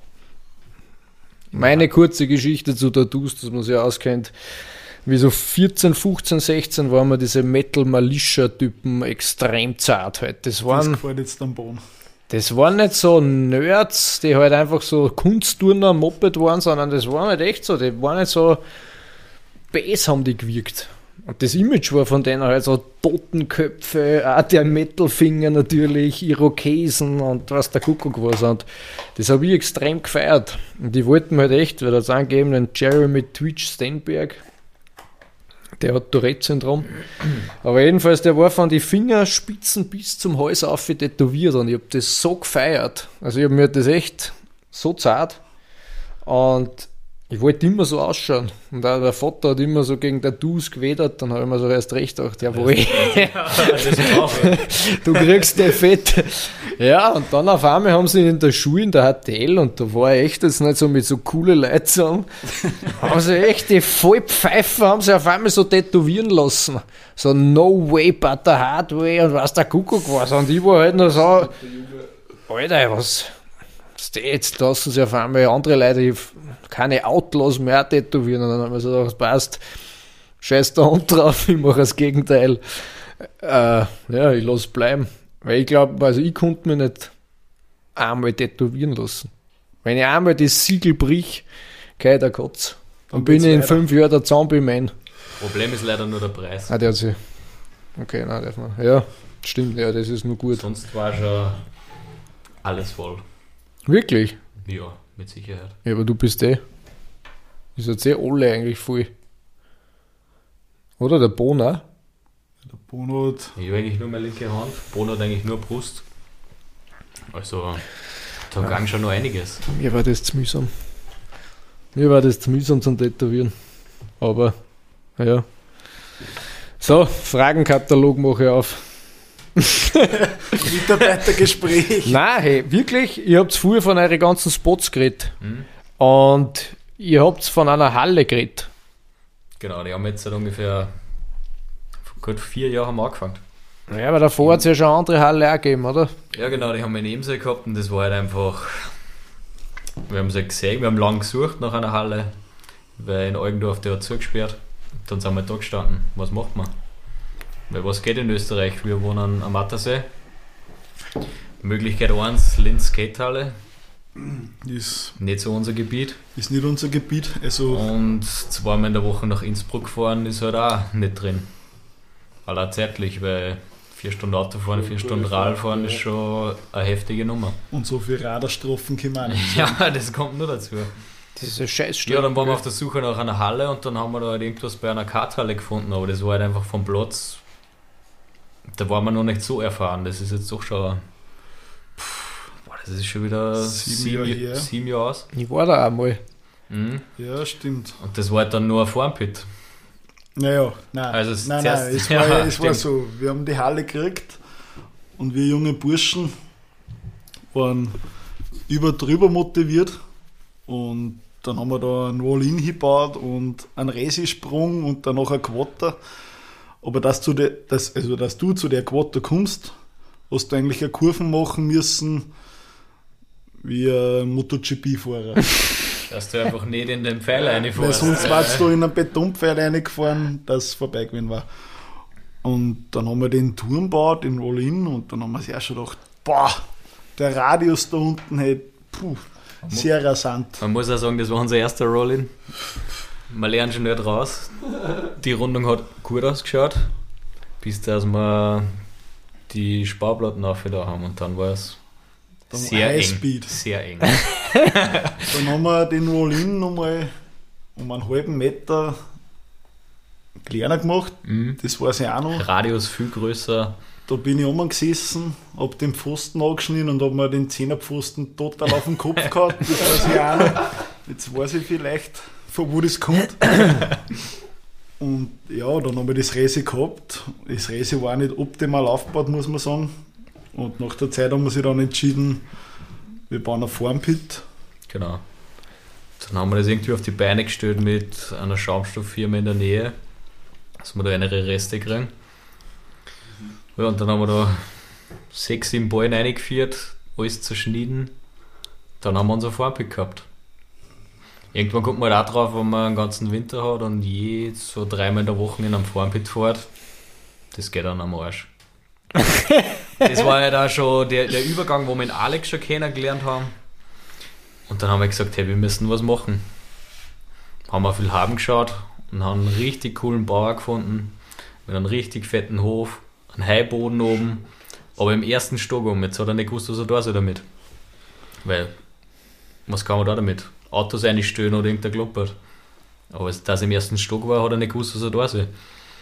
Meine kurze Geschichte zu Tattoos, dass man sich auskennt. Wie so vierzehn, fünfzehn, sechzehn waren wir diese Metal-Militia-Typen extrem zart halt. Das Das waren, gefällt jetzt am Boden. das waren nicht so Nerds, die halt einfach so Kunstturner, Moped waren, sondern das waren halt echt so, die waren nicht so Bass haben die gewirkt. Und das Image war von denen halt so Totenköpfe, auch der Metalfinger natürlich, Irokesen und was der Kuckuck was. Und das habe ich extrem gefeiert. Und die wollten mir halt echt, weil das angegeben, den Jeremy Twitch Stenberg, der hat Tourette-Syndrom. Aber jedenfalls, der war von den Fingerspitzen bis zum Hals auf tätowiert und ich habe das so gefeiert. Also ich habe mir das echt so zart. Und ich wollte immer so ausschauen. Und auch der Vater hat immer so gegen Tattoos gewedert. Dann habe ich mir so erst recht gedacht, jawohl, Das brauche ich. du kriegst der Fett. Ja, und dann auf einmal haben sie in der Schule, in der H T L, und da war ich echt jetzt nicht so mit so coole Leuten zusammen, haben sie echt die Vollpfeifer, haben sie auf einmal so tätowieren lassen. So no way but the hard way und was der Kuckuck war. Und ich war halt noch so, Alter, was... Jetzt lassen sie auf einmal andere Leute, die keine Outlaws mehr tätowieren. Und dann haben wir so gedacht, passt, scheiß der Hund drauf, ich mache das Gegenteil. Äh, ja, ich lasse bleiben. Weil ich glaube, also ich konnte mich nicht einmal tätowieren lassen. Wenn ich einmal das Siegel brich, gehe ich der Kotz. Dann, dann bin ich in weiter. fünf Jahren der Zombie-Man. Problem ist leider nur der Preis. Ah, der hat sich. Okay, nein, darf man. Ja, stimmt, ja, das ist nur gut. Sonst war schon alles voll. Wirklich? Ja, mit Sicherheit. Ja, aber du bist eh. Ihr seid eh alle eigentlich voll. Oder der Bono? Der Bono hat... Ich habe eigentlich nur meine linke Hand. Bono hat eigentlich nur Brust. Also, da ja. Gang schon noch einiges. Mir war das zu mühsam. Mir war das zu mühsam zum Tätowieren. Aber, ja. So, Fragenkatalog mache ich auf. Mitarbeitergespräch. Nein, hey, wirklich, ihr habt früher von euren ganzen Spots geredet. Mhm. Und ihr habt von einer Halle geredet. Genau, die haben jetzt seit ungefähr vor gut vier Jahren haben wir angefangen. Ja, aber davor hat es ja schon eine andere Halle auch gegeben, oder? Ja, genau, die haben wir in Emsee gehabt und das war halt einfach. Wir haben es halt gesehen, wir haben lange gesucht nach einer Halle, weil in Eugendorf der hat zugesperrt. Dann sind wir da gestanden. Was macht man? Weil was geht in Österreich? Wir wohnen am Attersee. Möglichkeit eins, Linz Skatehalle. Ist, nicht so unser Gebiet. Ist nicht unser Gebiet. Also und zweimal in der Woche nach Innsbruck fahren ist halt auch nicht drin. Aller zeitlich, weil vier Stunden Autofahren, vier Stunden Radfahren ist schon eine heftige Nummer. Und so viele Radarstrophen können wir auch nicht. Ja, das kommt nur dazu. Das ist ein Scheiß. Ja, dann waren wir auf der Suche nach einer Halle und dann haben wir da halt irgendwas bei einer Karthalle gefunden, aber das war halt einfach vom Platz. Da waren wir noch nicht so erfahren. Das ist jetzt doch schon. Pff, das ist schon wieder sieben, sieben, Jahre her. sieben Jahre aus. Ich war da einmal. Mhm. Ja, stimmt. Und das war halt dann nur ein Farmpit. Naja, nein. Also es nein, zuerst- nein, es war, Ja, es war stimmt. so. Wir haben die Halle gekriegt und wir junge Burschen waren über drüber motiviert und dann haben wir da einen Roll-In gebaut und einen Resi-Sprung und dann noch ein Quatter. Aber dass du, de, dass, also dass du zu der Quatter kommst, hast du eigentlich eine Kurven machen müssen wie ein MotoGP-Fahrer. Dass du einfach nicht in den Pfeil reinfährst. Weil sonst warst du in einen Betonpfeil reingefahren, das vorbei gewesen war. Und dann haben wir den Turm gebaut, den Roll-In, und dann haben wir sich auch schon gedacht, boah, der Radius da unten, hey, puh, sehr rasant. Man muss auch sagen, das war unser erster Roll-In. Man lernt schon nicht raus. Die Rundung hat gut ausgeschaut, bis dass wir die Sparplatten auf da haben, und dann war es Dann sehr eng. Highspeed. Sehr eng. Dann haben wir den Roll-In nochmal um einen halben Meter kleiner gemacht. Mhm. Das weiß ich auch noch. Radius viel größer. Da bin ich oben gesessen, hab den Pfosten angeschnitten und hab mir den Zehnerpfosten total auf den Kopf gehabt. Das weiß ich auch noch. Jetzt weiß ich vielleicht, von wo das kommt. Und ja, dann haben wir das Resi gehabt. Das Resi war nicht optimal aufgebaut, muss man sagen. Und nach der Zeit haben wir sich dann entschieden, wir bauen ein Formpit. Genau. Dann haben wir das irgendwie auf die Beine gestellt mit einer Schaumstofffirma in der Nähe, dass wir da eine Reste kriegen. Ja, und dann haben wir da sechs, sieben Ballen reingeführt, alles zerschnitten. Dann haben wir unser Formpit gehabt. Irgendwann kommt man halt auch drauf, wenn man einen ganzen Winter hat und je so dreimal in der Woche in einem Formpit fährt, das geht dann am Arsch. Das war ja da schon der, der Übergang, wo wir den Alex schon kennengelernt haben. Und dann haben wir gesagt, hey, wir müssen was machen. Haben wir viel haben geschaut und haben einen richtig coolen Bauer gefunden, mit einem richtig fetten Hof, einen Heuboden oben, aber im ersten Stock oben. Jetzt hat er nicht gewusst, was er da soll damit. Weil, was kann man da damit? Autos einstellen oder irgendein Klumpert. Aber als das im ersten Stock war, hat er nicht gewusst, was er da soll.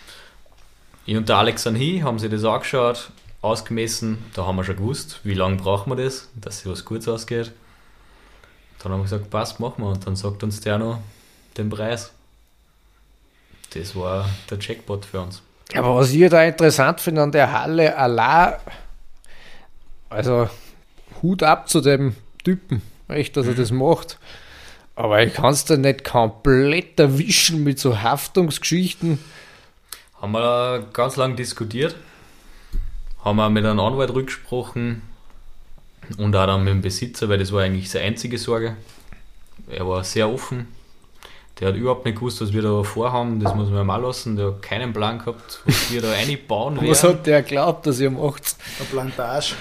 Ich und der Alex sind hin, haben sich das angeschaut, ausgemessen. Da haben wir schon gewusst, wie lange brauchen wir das, dass sich was Gutes ausgeht. Dann haben wir gesagt, passt, machen wir. Und dann sagt uns der noch den Preis. Das war der Jackpot für uns. Aber was ich da interessant finde an der Halle, allein, also Hut ab zu dem Typen, echt, dass er das macht. Aber ich kann es da nicht komplett erwischen mit so Haftungsgeschichten. Haben wir ganz lange diskutiert, haben wir mit einem Anwalt rückgesprochen und auch dann mit dem Besitzer, weil das war eigentlich seine einzige Sorge. Er war sehr offen, der hat überhaupt nicht gewusst, was wir da vorhaben, das muss man ihm auch lassen, der hat keinen Plan gehabt, was wir da reinbauen werden. Was hat der geglaubt, dass ihr macht? Eine Plantage.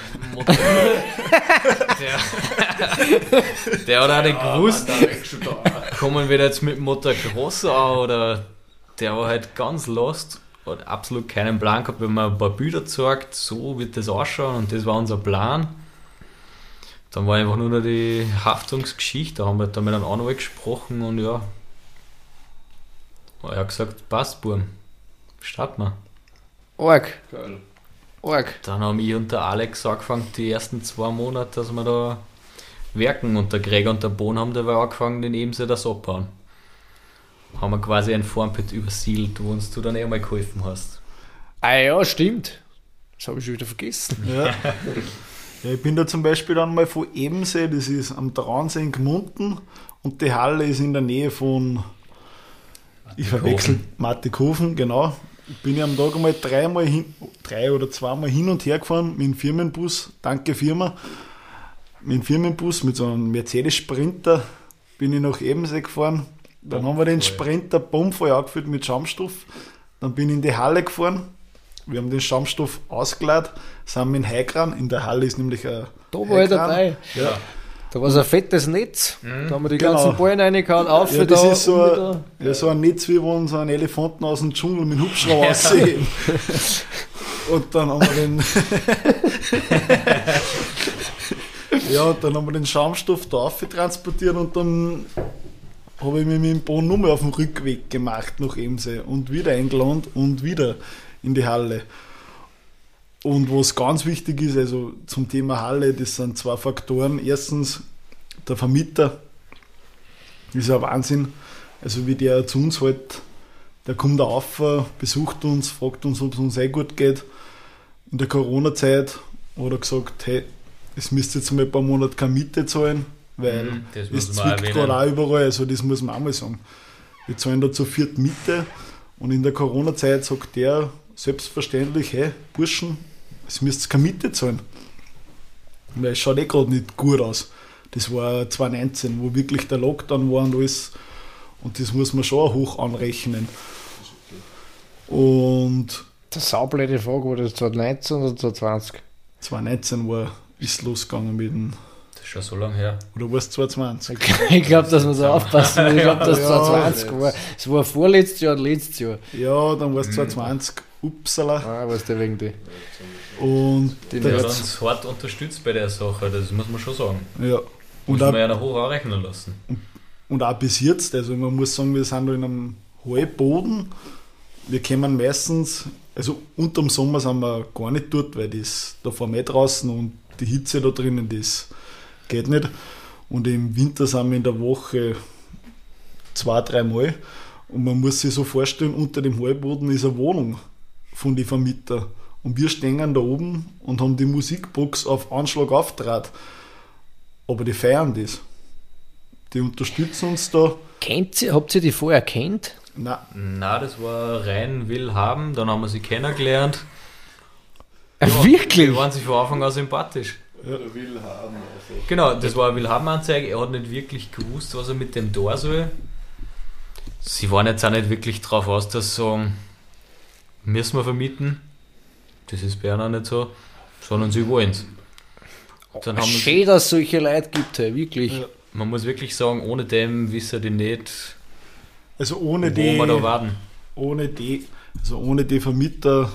der, der hat auch nicht gewusst, kommen wir da jetzt mit dem Motocross an oder der war halt ganz lost. Hat absolut keinen Plan gehabt, wenn man ein paar Bilder zeigt, so wird das ausschauen und das war unser Plan. Dann war einfach nur noch die Haftungsgeschichte, da haben wir dann mit einem Anwalt gesprochen und ja, er hat gesagt, passt, Burm, starten wir. Org. Geil. Org. Dann haben ich und der Alex angefangen, die ersten zwei Monate, dass wir da werken und der Gregor und der Bon haben dabei angefangen, den Ebensee das abbauen. Haben wir quasi ein Formpit übersiedelt, wo uns du dann eh mal geholfen hast. Ah ja, stimmt. Das habe ich schon wieder vergessen. Ja. Ja, ich bin da zum Beispiel dann mal von Ebensee, das ist am Traunsee in Gmunden, und die Halle ist in der Nähe von, ich verwechsel, Mattighofen, genau. Bin ich am Tag einmal dreimal hin, drei oder zweimal hin und her gefahren mit dem Firmenbus, danke Firma, mit dem Firmenbus, mit so einem Mercedes Sprinter bin ich nach Ebensee gefahren. Dann haben wir den Sprinter bombvoll angefüllt mit Schaumstoff. Dann bin ich in die Halle gefahren. Wir haben den Schaumstoff ausgeladen, sind mit dem Heikran. In der Halle ist nämlich ein Da war ich dabei. Ja. Da war so ein fettes Netz. Mhm. Da haben wir die Genau. ganzen Ballen reingehauen, auf Ja, da, das ist so um ein, wieder. ja, so ein Netz, wie wenn so ein Elefanten aus dem Dschungel mit dem Hubschrauber aussehen. Und dann haben wir den ja, und dann haben wir den Schaumstoff da transportiert und dann habe ich mich mit dem Bon nur mal auf dem Rückweg gemacht nach Ebensee und wieder eingeladen und wieder in die Halle. Und was ganz wichtig ist, also zum Thema Halle, das sind zwei Faktoren. Erstens, der Vermieter ist ein Wahnsinn. Also wie der zu uns halt, der kommt da auf, besucht uns, fragt uns, ob es uns eh gut geht. In der Corona-Zeit hat er gesagt, hey, es müsst jetzt mal ein paar Monate keine Miete zahlen, weil Mhm, das es muss man zwickt erwähnen. gerade auch überall, also das muss man auch mal sagen. Wir zahlen da zu viert Miete und in der Corona-Zeit sagt der selbstverständlich, hey, Burschen, es müsst keine Miete zahlen. Weil es schaut eh gerade nicht gut aus. Das war zwanzig neunzehn, wo wirklich der Lockdown war und alles. Und das muss man schon hoch anrechnen. Und Das saublöde Frage, war das zwanzig neunzehn oder zwanzig zwanzig? zwanzig neunzehn war, ist losgegangen mit dem, Das ist schon so lange her. oder war es zwanzig zwanzig? Ich glaube, dass man so aufpassen muss. Ich glaube, dass Ja, zwanzig zwanzig war. Es war vorletztes Jahr und letztes Jahr. Ja, dann war es zwanzig zwanzig, upsala. Ah, was der wegen die. Und, Die Der hat Nerds. uns hart unterstützt bei der Sache, das muss man schon sagen. ja. Muss Und man auch, ja noch hoch anrechnen lassen. und auch bis jetzt, also man muss sagen, wir sind da in einem Halbboden. Wir kommen meistens, also unterm Sommer sind wir gar nicht dort, weil das, da fahren wir draußen und die Hitze da drinnen, das geht nicht. Und im Winter sind wir in der Woche zwei, dreimal. Und man muss sich so vorstellen, unter dem Halbboden ist eine Wohnung von den Vermietern. Und wir stehen da oben und haben die Musikbox auf Anschlag aufgetragen. Aber die feiern das. Die unterstützen uns da. Kennt ihr, habt ihr die vorher kennt? Nein, Na, das war rein Willhaben, dann haben wir sie kennengelernt. Wirklich? Die waren sich von Anfang an sympathisch. Oder will haben. Also. Genau, das war eine Willhaben-Anzeige. Er hat nicht wirklich gewusst, was er mit dem da soll. Sie waren jetzt auch nicht wirklich drauf aus, dass sie sagen, müssen wir vermieten. Das ist bei ihnen auch nicht so, sondern sie wollen es. Dann haben wir, Schön, dass es solche Leute gibt, hey, wirklich. Ja. man muss wirklich sagen, ohne dem wissen die nicht, also ohne wo die, wir da warten. ohne die, also ohne die Vermieter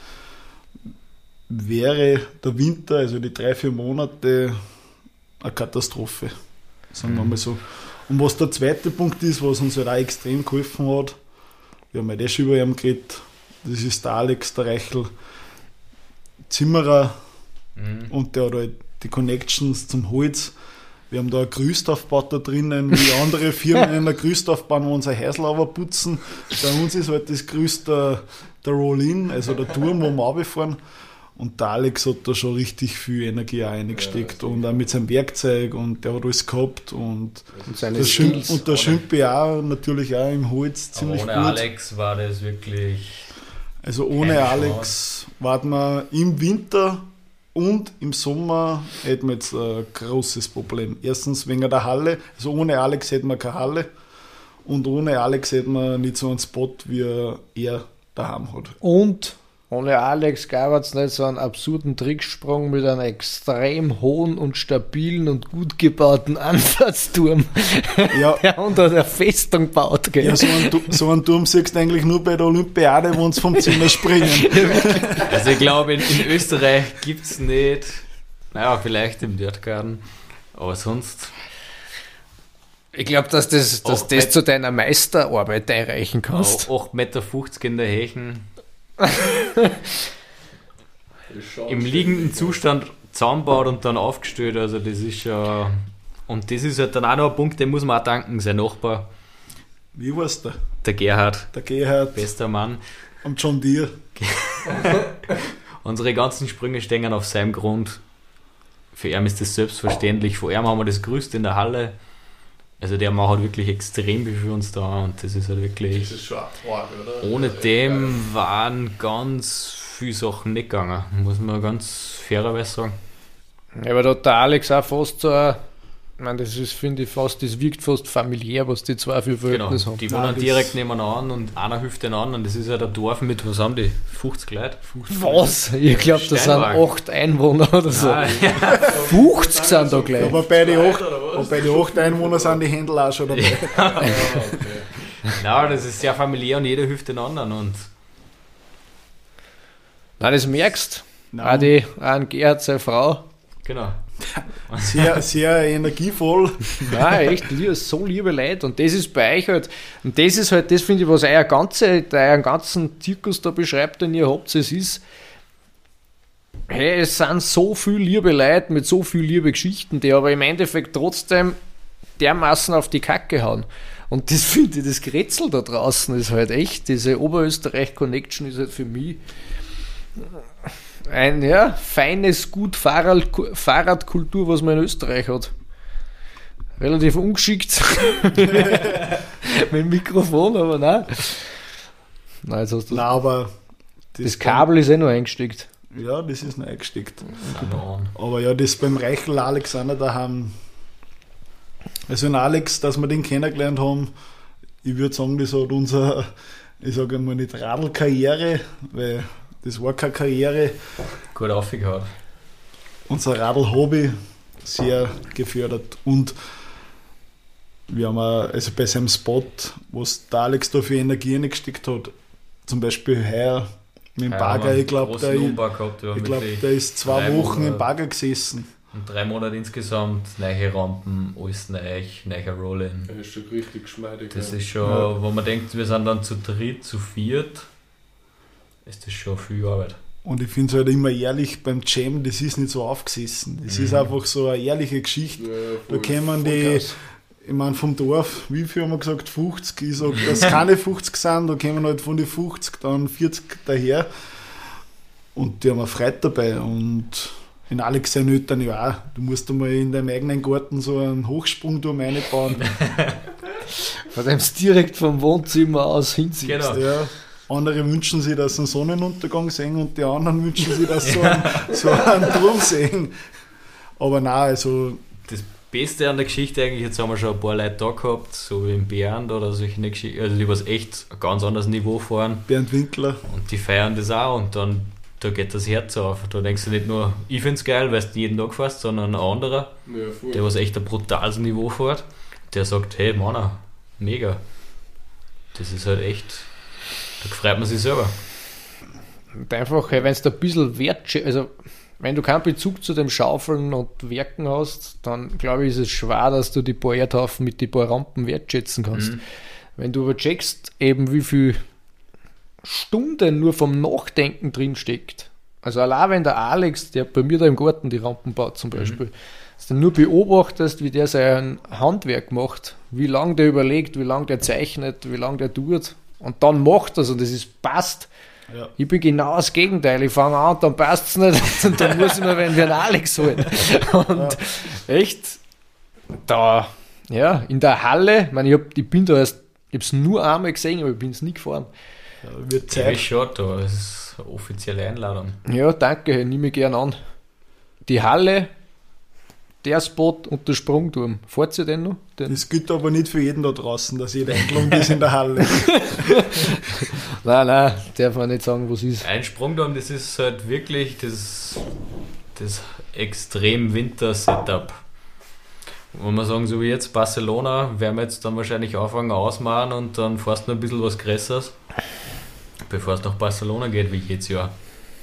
wäre der Winter, also die drei, vier Monate, eine Katastrophe. Sagen wir mal so. Und was der zweite Punkt ist, was uns halt auch extrem geholfen hat, wir haben ja das schon über ihn geredet, das ist der Alex, der Reichel, Zimmerer, Mhm. und der hat halt die Connections zum Holz. Wir haben da ein Gerüst aufgebaut da drinnen, wie andere Firmen in der Gerüst aufbauen, wo unsere Häusl putzen. Bei uns ist halt das Gerüst der, der Roll-In, also der Turm, wo wir runterfahren. Und der Alex hat da schon richtig viel Energie auch reingesteckt. Ja, und auch mit seinem Werkzeug und der hat alles gehabt. Und, Und seine der Schim Skills. und der Schimpi auch natürlich auch im Holz Aber ziemlich ohne gut. Alex war das wirklich. Also ohne Keine Alex warten wir im Winter und im Sommer hätten wir jetzt ein großes Problem. Erstens wegen der Halle, also ohne Alex hätten wir keine Halle und ohne Alex hätten wir nicht so einen Spot, wie er daheim hat. Und ohne Alex gab es nicht so einen absurden Tricksprung mit einem extrem hohen und stabilen und gut gebauten Anfahrtsturm. Ja, Der Hund hat eine Festung gebaut, gell? ja so, einen, Tu- so einen Turm siehst du eigentlich nur bei der Olympiade, wo uns vom Zimmer springen. Also ich glaube, in, in Österreich gibt es nicht, naja, vielleicht im Dirtgarten, aber sonst. Ich glaube, dass das, dass Auch das mit- zu deiner Meisterarbeit einreichen kannst. acht Meter fünfzig in der Hechen, im liegenden Zustand zusammenbaut und dann aufgestellt, also das ist ja. Und das ist halt dann auch noch ein Punkt, den muss man auch danken, sein Nachbar, Wie war's der? der Gerhard, Der Gerhard bester Mann. und John Deere. Unsere ganzen Sprünge stehen auf seinem Grund. Für ihn ist das selbstverständlich. Vor ihm haben wir das Größte in der Halle. Also der macht halt wirklich extrem viel für uns da und das ist halt Das wirklich. ist schon arg, oder? Ohne Also, dem waren ganz viele Sachen nicht gegangen, muss man ganz fairerweise sagen. Ja, aber da hat der Alex auch fast so ein, ich meine, das ist, finde ich, fast, das wirkt fast familiär, was die zwei für Genau, Verhältnis haben. die Nein, wohnen das- direkt nebeneinander und einer hilft den anderen. Das ist halt ein Dorf mit, was haben die? fünfzig Leute? Was? Ich glaube, das sind Steinwagen. acht Einwohner oder so. Ah, fünfzig sind da gleich. Aber bei den acht, aber bei den acht Einwohnern sind die Händler auch schon dabei. Ah, okay. Nein, das ist sehr familiär und jeder hilft den anderen. Und Nein, das merkst du. Nein. Auch, die, auch an Gerhard, seine Frau. genau. Sehr, sehr energievoll. Nein, echt, lieb- so liebe Leute. Und das ist bei euch halt, und das ist halt, das finde ich, was euer, ganze, euren ganzen Zirkus da beschreibt, den ihr habt, es ist, hey, es sind so viele liebe Leute mit so viel liebe Geschichten, die aber im Endeffekt trotzdem dermaßen auf die Kacke hauen. Und das finde ich, das Grätzl da draußen ist halt echt, diese Oberösterreich-Connection ist halt für mich, ein ja, feines Gut Fahrrad, Fahrradkultur, was man in Österreich hat. Relativ ungeschickt mit dem Mikrofon, aber nein. Nein, jetzt hast du Nein, aber das, das Kabel ist eh noch eingesteckt. Ja, das ist noch eingesteckt. Genau. Aber ja, das beim Reichel Alexander daheim. Also ein Alex, dass wir den kennengelernt haben, ich würde sagen, das hat unser, ich sage mal nicht Radlkarriere, weil das war keine Karriere, Gut aufgehauen. unser Radl-Hobby sehr gefördert. Und wir haben auch, also bei seinem Spot, was der Alex da für Energie reingesteckt hat, zum Beispiel heuer mit dem Ja, Bagger, haben wir ich glaube, großen der, ich, Umbau gehabt, ja, ich glaub, wirklich der ist zwei drei Wochen im Monate. Bagger gesessen. Und drei Monate insgesamt, neue Rampen, alles neu, neuer Roll-In. Das ist schon richtig geschmeidig. Das ja. ist schon, Ja. wo man denkt, wir sind dann zu dritt, zu viert, ist das schon viel Arbeit. Und ich finde es halt immer ehrlich, beim Jam, das ist nicht so aufgesessen. Das Mhm. ist einfach so eine ehrliche Geschichte. Ja, Da voll- kämen voll die, krass. ich meine vom Dorf, wie viel haben wir gesagt, fünfzig. Ich sage, dass keine fünfzig sind, da kämen halt von den fünfzig dann vierzig daher. Und die haben eine Freude dabei. Und in Alex seinen Eltern ja auch. Du musst einmal in deinem eigenen Garten so einen Hochsprungturm reinbauen. Von dem du direkt vom Wohnzimmer aus hinziehst. Genau. Ja. Andere wünschen sich, dass sie einen Sonnenuntergang sehen und die anderen wünschen sich, dass sie so einen, so einen Turm sehen. Aber nein, also Das Beste an der Geschichte eigentlich, jetzt haben wir schon ein paar Leute da gehabt, so wie in Bernd oder solche Geschichten, also die was echt ein ganz anderes Niveau fahren Bernd Winkler, und die feiern das auch und dann da geht das Herz auf. Da denkst du nicht nur, ich find's geil, weil du jeden Tag fährst, sondern ein anderer, Ja, voll. der was echt ein brutales Niveau fährt, der sagt, hey Mann, mega. Das ist halt echt, da freut man sich selber. Und einfach, hey, wenn du ein bisschen Wert, also wenn du keinen Bezug zu dem Schaufeln und Werken hast, dann glaube ich, ist es schwer, dass du die paar Erdhaufen mit die paar Rampen wertschätzen kannst. Mhm. Wenn du aber checkst, eben wie viel Stunden nur vom Nachdenken drin steckt. Also allein wenn der Alex, der bei mir da im Garten die Rampen baut zum Beispiel, dass du nur beobachtest, wie der sein Handwerk macht, wie lange der überlegt, wie lange der zeichnet, wie lange der tut und dann macht das und das ist passt. ja. Ich bin genau das Gegenteil. Ich fange an und dann passt es nicht und dann muss ich mir wenn wir einen Alex holen. Und echt, da, ja, in der Halle, ich, meine, ich, hab, ich bin da erst, ich habe es nur einmal gesehen, aber ich bin es nie gefahren. Ja, wird Ja, Zeit. ist schon da, das ist eine offizielle Einladung. Ja, danke, nehme ich gern an. Die Halle, der Spot und der Sprungturm. Fahrt ihr den noch? Den? Das gilt aber nicht für jeden da draußen, dass jeder eingeladen ist in der Halle. Nein, nein, darf man nicht sagen, was ist. Ein Sprungturm, das ist halt wirklich das, das extrem Winter-Setup. Wenn wir sagen, so wie jetzt Barcelona, werden wir jetzt dann wahrscheinlich anfangen ausmachen und dann fährst du noch ein bisschen was Größeres, bevor es nach Barcelona geht, wie jedes Jahr.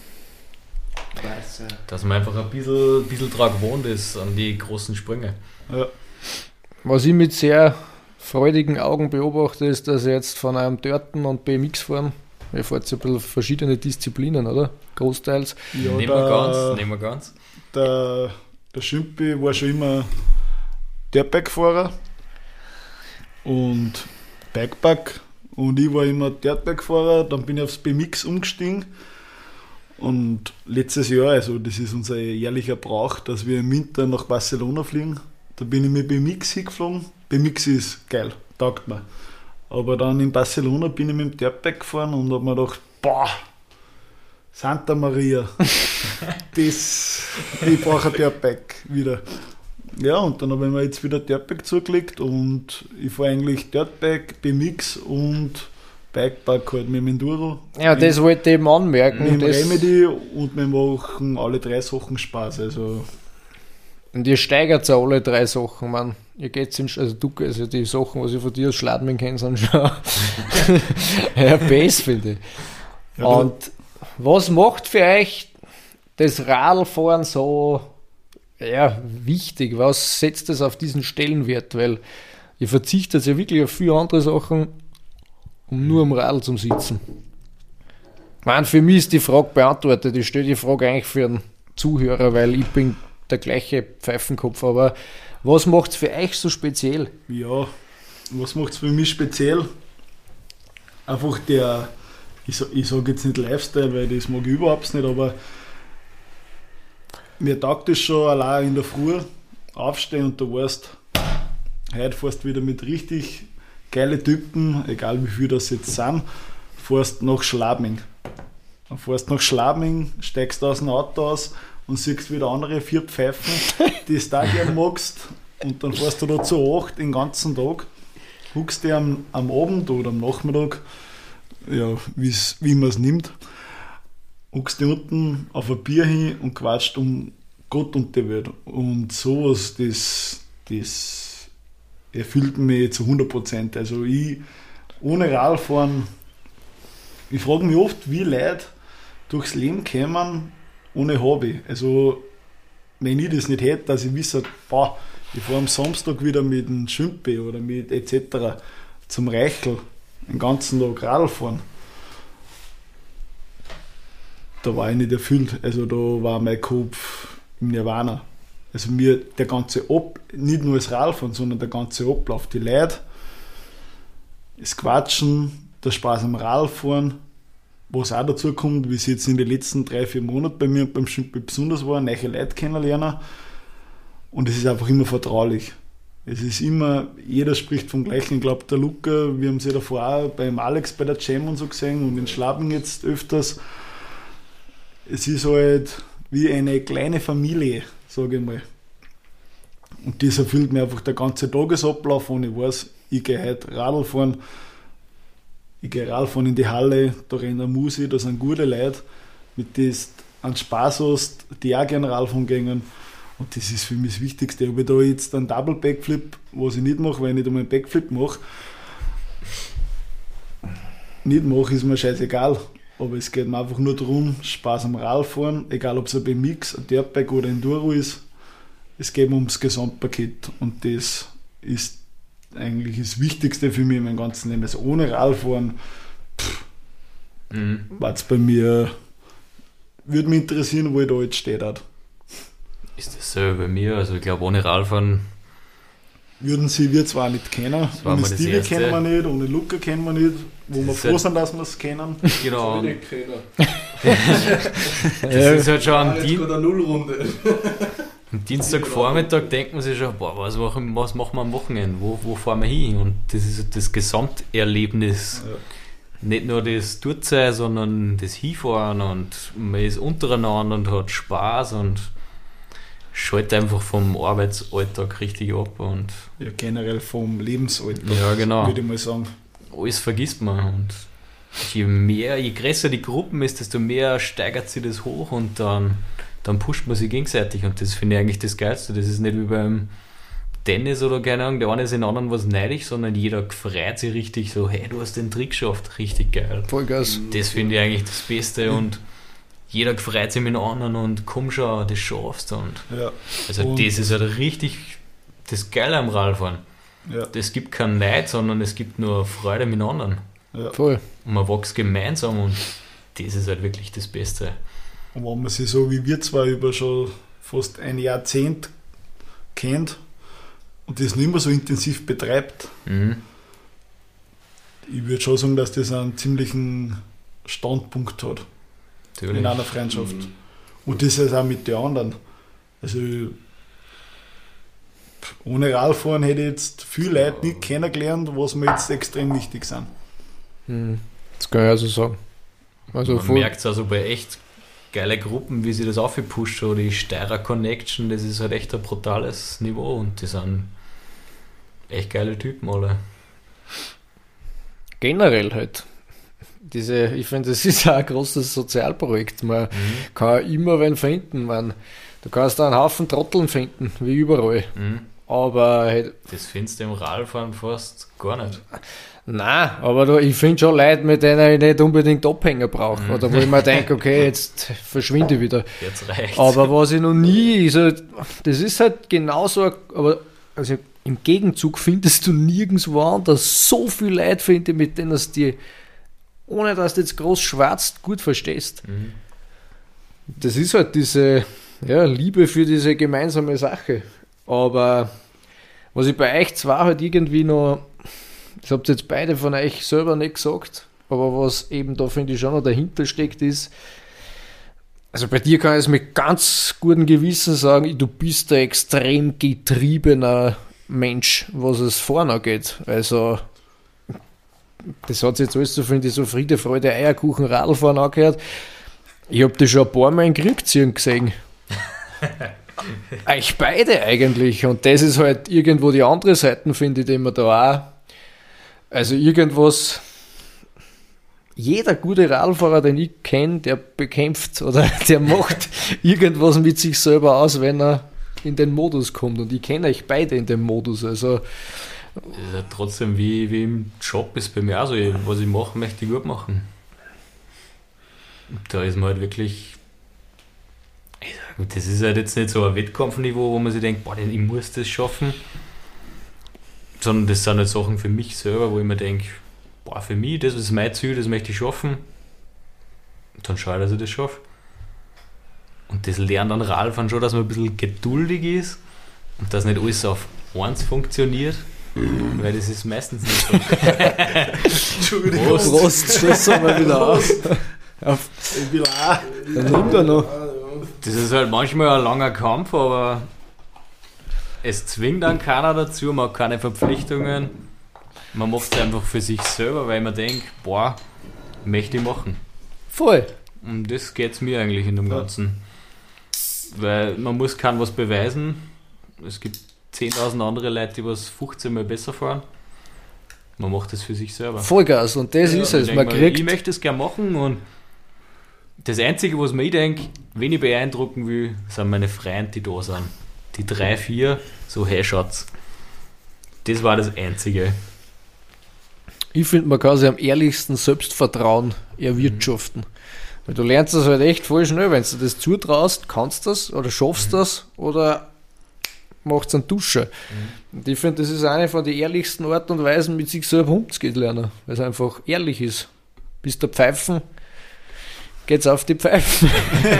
Dass man einfach ein bisschen, bisschen dran gewohnt ist an die großen Sprünge. Ja. Was ich mit sehr freudigen Augen beobachte, ist, dass ihr jetzt von einem Dörten und B M X fahren. Ihr fahrt ja ein bisschen verschiedene Disziplinen, oder? Großteils. Ja, nehmen wir der, ganz, nehmen wir ganz. der, der Schümpi war schon immer Dirtbike-Fahrer und Bikepack und ich war immer Dirtbike-Fahrer, dann bin ich aufs B M X umgestiegen und letztes Jahr, also das ist unser jährlicher Brauch, dass wir im Winter nach Barcelona fliegen, da bin ich mit B M X hingeflogen. B M X ist geil, taugt mir. Aber dann in Barcelona bin ich mit dem Dirtbike gefahren und habe mir gedacht, boah, Santa Maria, das, ich brauche ein Dirtbike wieder. Ja, und dann habe ich mir jetzt wieder Dirtbike zugelegt und ich fahre eigentlich Dirtbike, B M X und Bikepark halt mit dem Enduro. Ja, mit, das wollte ich eben anmerken. mit dem Das, Remedy und wir machen alle drei Sachen Spaß. Also und ihr steigert ja alle drei Sachen, man. Ihr geht's in, also du, also die Sachen, was ich von dir als Schladming kenne, sind schon ja, Bass, finde ich. Ja, Und was macht für euch das Radlfahren so ja, wichtig? Was setzt es auf diesen Stellenwert? Weil ihr verzichtet ja wirklich auf viele andere Sachen, um nur am Radl zu sitzen. Ich meine, für mich ist die Frage beantwortet. Ich stelle die Frage eigentlich für einen Zuhörer, weil ich bin der gleiche Pfeifenkopf. Aber was macht es für euch so speziell? ja, was macht es für mich speziell? Einfach der, ich, sa- ich sage jetzt nicht Lifestyle, weil das mag ich überhaupt nicht, aber mir taugt es schon allein in der Früh aufstehen und du weißt, heute fährst du wieder mit richtig geile Typen, egal wie viel das jetzt sind, fährst nach Schladming. Dann fährst nach Schladming, steigst aus dem Auto aus und siehst wieder andere vier Pfeifen, die du da gerne magst. Und dann fährst du da zu acht den ganzen Tag, huckst dir am, am Abend oder am Nachmittag, ja, wie man es nimmt, huckst dir unten auf ein Bier hin und quatscht um Gott und die Welt. Und sowas, das, das erfüllt mich zu hundert Prozent. Also ich, ohne Radfahren, ich frage mich oft, wie Leute durchs Leben kommen ohne Hobby. Also wenn ich das nicht hätte, dass ich wisse, boah, ich fahre am Samstag wieder mit dem Schümpe oder mit et cetera zum Reichel den ganzen Tag Radl fahren. Da war ich nicht erfüllt. Also da war mein Kopf im Nirvana. Also mir der ganze Ab, nicht nur das Radfahren, sondern der ganze Ablauf, die Leute, das Quatschen, der Spaß am Radfahren, was auch dazu kommt, wie es jetzt in den letzten drei, vier Monaten bei mir beim Schümpe besonders war, neue Leute kennenlernen. Und es ist einfach immer vertraulich. Es ist immer, jeder spricht vom Gleichen. Ich glaube, der Luca, wir haben sie davor auch beim Alex bei der Jam und so gesehen und in Schlabing jetzt öfters. Es ist halt wie eine kleine Familie, sage ich mal. Und das erfüllt mir einfach der ganze Tagesablauf, und ich weiß, ich gehe heute Radl fahren, ich gehe Radl fahren in die Halle, da rennt eine Musik, da sind gute Leute, mit denen du einen Spaß hast, die auch gerne Radl fahren gehen. Und das ist für mich das Wichtigste. Ob ich da jetzt einen Double Backflip, was ich nicht mache, weil ich nicht einmal einen Backflip mache, nicht mache, ist mir scheißegal. Aber es geht mir einfach nur darum, Spaß am Radfahren, egal ob es ein B M X, ein Dirtbike oder ein Enduro ist. Es geht ums Gesamtpaket. Und das ist eigentlich das Wichtigste für mich in meinem ganzen Leben. Also ohne Radfahren mhm. war es bei mir, würde mich interessieren, wo ich da jetzt steht hat. Ist das so bei mir? Also ich glaube, ohne Radfahren würden sie wir zwar nicht kennen. Ohne Stevie kennen wir nicht, ohne Luca kennen wir nicht, wo wir froh sind, dass wir es kennen. Genau. Das ist halt schon am, Dien- am Dienstagvormittag denkt man sich schon, boah, was machen, was machen wir am Wochenende? Wo, wo fahren wir hin? Und das ist das Gesamterlebnis. Ja. Nicht nur das Durchsein, sondern das Hinfahren, und man ist untereinander und hat Spaß und schaltet einfach vom Arbeitsalltag richtig ab. Und ja, generell vom Lebensalltag, ja, genau. würde ich mal sagen. Alles vergisst man. Und je mehr, je größer die Gruppen ist, desto mehr steigert sich das hoch, und dann, dann pusht man sich gegenseitig. Und das finde ich eigentlich das Geilste. Das ist nicht wie beim Tennis oder keine Ahnung, der eine ist den anderen was neidisch, sondern jeder freut sich richtig so, hey, du hast den Trick geschafft, richtig geil. Vollgas. Das finde ich eigentlich das Beste, und jeder freut sich mit den anderen und komm schon, das schaffst du. Und ja. Also und das ist halt richtig das Geile am Radfahren. Ja. Es gibt keinen Neid, sondern es gibt nur Freude mit den anderen. Ja. Voll. Und man wächst gemeinsam, und das ist halt wirklich das Beste. Und wenn man sich so wie wir zwei über schon fast ein Jahrzehnt kennt und das nicht mehr so intensiv betreibt, Mhm. ich würde schon sagen, dass das einen ziemlichen Standpunkt hat. Natürlich. In einer Freundschaft. Mhm. Und das ist auch mit den anderen. Also ohne Radfahren hätte ich jetzt viele Leute nicht kennengelernt, was mir jetzt extrem wichtig sind. Mhm. Das kann ich also sagen. Also Man merkt es also bei echt geile Gruppen, wie sie das aufgepusht haben, die Steirer Connection, das ist halt echt ein brutales Niveau, und die sind echt geile Typen alle. Generell halt. Diese, ich finde, das ist auch ein großes Sozialprojekt. Man mhm. kann immer wen finden. Man, du kannst da einen Haufen Trotteln finden, wie überall. Mhm. Aber halt, das findest du im Radfahren fast gar nicht. Nein, aber da, ich finde schon Leute, mit denen ich nicht unbedingt Abhänger brauche. Mhm. Oder wo ich mir denke, okay, jetzt verschwinde ich wieder. Jetzt reicht's. Aber was ich noch nie, ist halt, das ist halt genauso, aber also im Gegenzug findest du nirgendwo anders so viele Leute, finde ich, mit denen es dir, ohne dass du jetzt groß schwarzt, gut verstehst. Mhm. Das ist halt diese ja, Liebe für diese gemeinsame Sache. Aber was ich bei euch zwar halt irgendwie noch, das habt ihr jetzt beide von euch selber nicht gesagt, aber was eben da finde ich schon noch dahinter steckt, ist, Also bei dir kann ich es mit ganz gutem Gewissen sagen, du bist ein extrem getriebener Mensch, was es Fahren angeht. Also das hat sich jetzt alles so, finde ich, so Friede, Freude, Eierkuchen, Radlfahren angehört. Ich habe das schon ein paar Mal in Krieg ziehen gesehen. Euch beide eigentlich. Und das ist halt irgendwo die andere Seite, finde ich, die man da auch. Also irgendwas. Jeder gute Radlfahrer, den ich kenne, der bekämpft oder der macht irgendwas mit sich selber aus, wenn er in den Modus kommt. Und ich kenne euch beide in dem Modus. Also Das ist ja trotzdem wie, wie im Job ist bei mir auch so. Was ich mache, möchte ich gut machen. Da ist man halt wirklich. Das ist halt jetzt nicht so ein Wettkampfniveau, wo man sich denkt, boah, ich muss das schaffen. Sondern das sind halt Sachen für mich selber, wo ich mir denke, boah, für mich, das ist mein Ziel, das möchte ich schaffen. Und dann schaue ich, dass ich das schaffe. Und das lernt dann Radfahren schon, dass man ein bisschen geduldig ist und dass nicht alles auf eins funktioniert. Mhm. Weil das ist meistens nicht so. Entschuldigung. Prost, Prost, schließen wir wieder aus. Auf, ich will auch. dann nimmt er noch. Das ist halt manchmal ein langer Kampf, aber es zwingt dann keiner dazu, man hat keine Verpflichtungen. Man macht es einfach für sich selber, weil man denkt, boah, möchte ich machen. Voll. Und das geht es mir eigentlich in dem Ganzen. Weil man muss keinem was beweisen. Es gibt zehntausend andere Leute, die was fünfzehn Mal besser fahren. Man macht das für sich selber. Vollgas. Und das Ja, ist es. ich Man denk mal, kriegt. ich möchte es gerne machen und das Einzige, was mir ich denke, wen ich beeindrucken will, sind meine Freunde, die da sind. Die drei, vier, so hey Schatz. Das war das Einzige. Ich finde, man kann sich am ehrlichsten Selbstvertrauen erwirtschaften. Weil du lernst das halt echt voll schnell, wenn du das zutraust, kannst du das oder schaffst das oder machst einen Dusche. Mhm. Und ich finde, das ist eine von den ehrlichsten Arten und Weisen, mit sich selber umzugehen lernen, weil es einfach ehrlich ist. Bis der Pfeifen geht's auf die Pfeifen.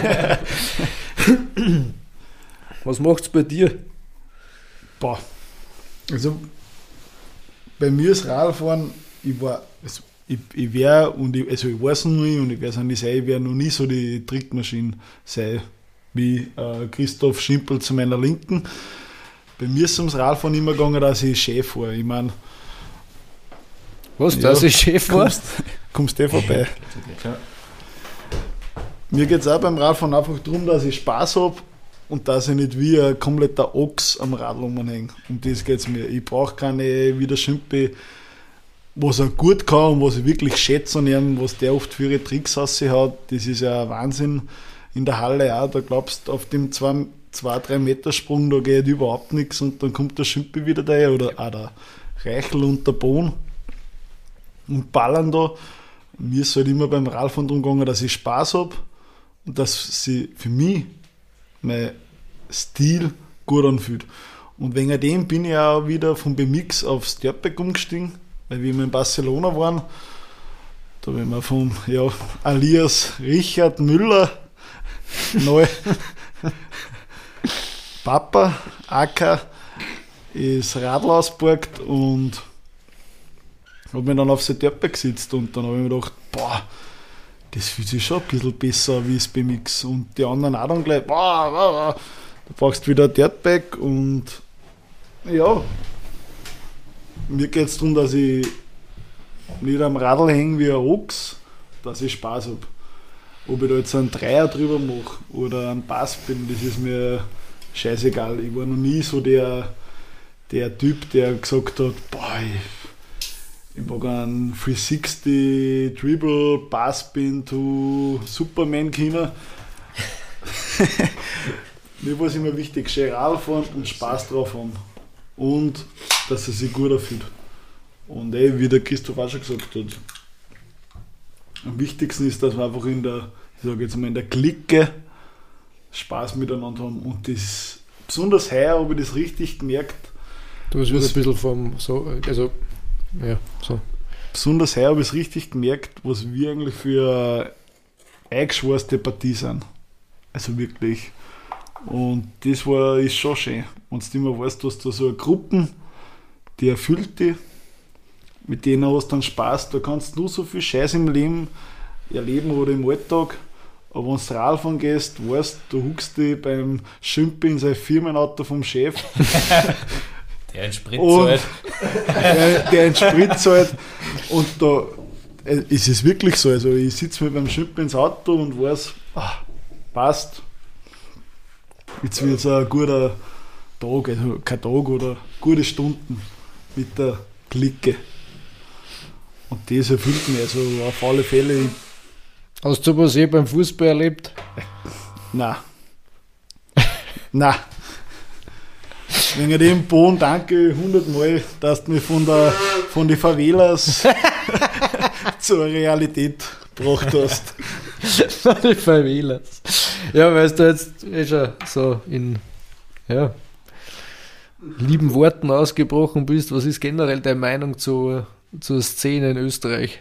Was macht's bei dir? Boah. Also bei mir ist Radfahren, ich war, also ich, ich wäre und ich, also ich weiß noch nie und ich werde es auch nicht sein, ich werde noch nie so die Trickmaschine sein wie äh, Christoph Schimpel zu meiner Linken. Bei mir ist es ums Radfahren immer gegangen, dass ich Chef war. Ich meine, Was, ja, dass ich Chef war? kommst, kommst du vorbei. Mir geht es auch beim Radfahren einfach darum, dass ich Spaß habe und dass ich nicht wie ein kompletter Ochs am Radl rumhänge. Um das geht es mir. Ich brauche keine wieder Schimpfe, was er gut kann und was ich wirklich schätze an ihm, was der oft für ihre Tricks hat. Das ist ja ein Wahnsinn. In der Halle auch, da glaubst du, auf dem zwei drei Meter Sprung, da geht überhaupt nichts und dann kommt der Schimpfe wieder daher oder auch der Reichel und der Bohn und ballern da. Mir ist halt immer beim Radfahren darum gegangen, dass ich Spaß habe und dass sie für mich mein Stil gut anfühlt. Und wegen dem bin ich auch wieder vom B M X aufs Dirtbike umgestiegen, weil wir in Barcelona waren, da bin ich vom ja, alias Richard Müller neu Papa, Acker, ist Radl ausgeborgt und habe mich dann auf sein Dirtbike gesetzt und dann habe ich mir gedacht, boah, das fühlt sich schon ein bisschen besser wie das B M X und die anderen auch dann gleich, boah, boah, boah. Du brauchst wieder ein Dirtbike und ja, mir geht es darum, dass ich nicht am Radl hänge wie ein Ochs, dass ich Spaß habe. Ob ich da jetzt einen Dreier drüber mache oder einen Pass bin, das ist mir scheißegal. Ich war noch nie so der, der Typ, der gesagt hat, boah, ich, ich mag einen dreihundertsechzig Dribble, Passpin to Superman können. Mir war es immer wichtig, schön Radl fahren und Spaß drauf haben. Und dass er sich gut erfüllt. Und ey, wie der Christoph auch schon gesagt hat, am wichtigsten ist, dass wir einfach in der, ich sage jetzt mal, in der Clique Spaß miteinander haben. Und das, besonders heuer habe ich das richtig gemerkt. Du hast wieder ein bisschen vom, so, also, ja, so. Besonders heuer habe ich es richtig gemerkt, was wir eigentlich für eine eingeschworste Partie sind. Also wirklich. Und das war, ist schon schön. Wenn du immer weißt, du hast da so eine Gruppe, die erfüllt dich, mit denen hast du dann Spaß. Da kannst du nur so viel Scheiß im Leben erleben oder im Alltag, Aber wenn du Radfahren gehst, weißt du, huckst dich beim Schimpel in sein Firmenauto vom Chef. Der einen Sprit Und zahlt. der, der einen Sprit zahlt. Und da äh, ist es wirklich so. Also ich sitze mir beim Schimpel ins Auto und weiß, ah, passt. Jetzt wird es ein guter Tag, also kein Tag oder gute Stunden mit der Clique. Und das erfüllt mich also auf alle Fälle. Hast du was eh beim Fußball erlebt? Nein. Nein. Wegen dem Bohnen danke hundertmal, dass du mich von der von den Favelas zur Realität gebracht hast. Die Favelas. Ja, weil du jetzt eh schon so in ja, lieben Worten ausgebrochen bist. Was ist generell deine Meinung zu, zur Szene in Österreich?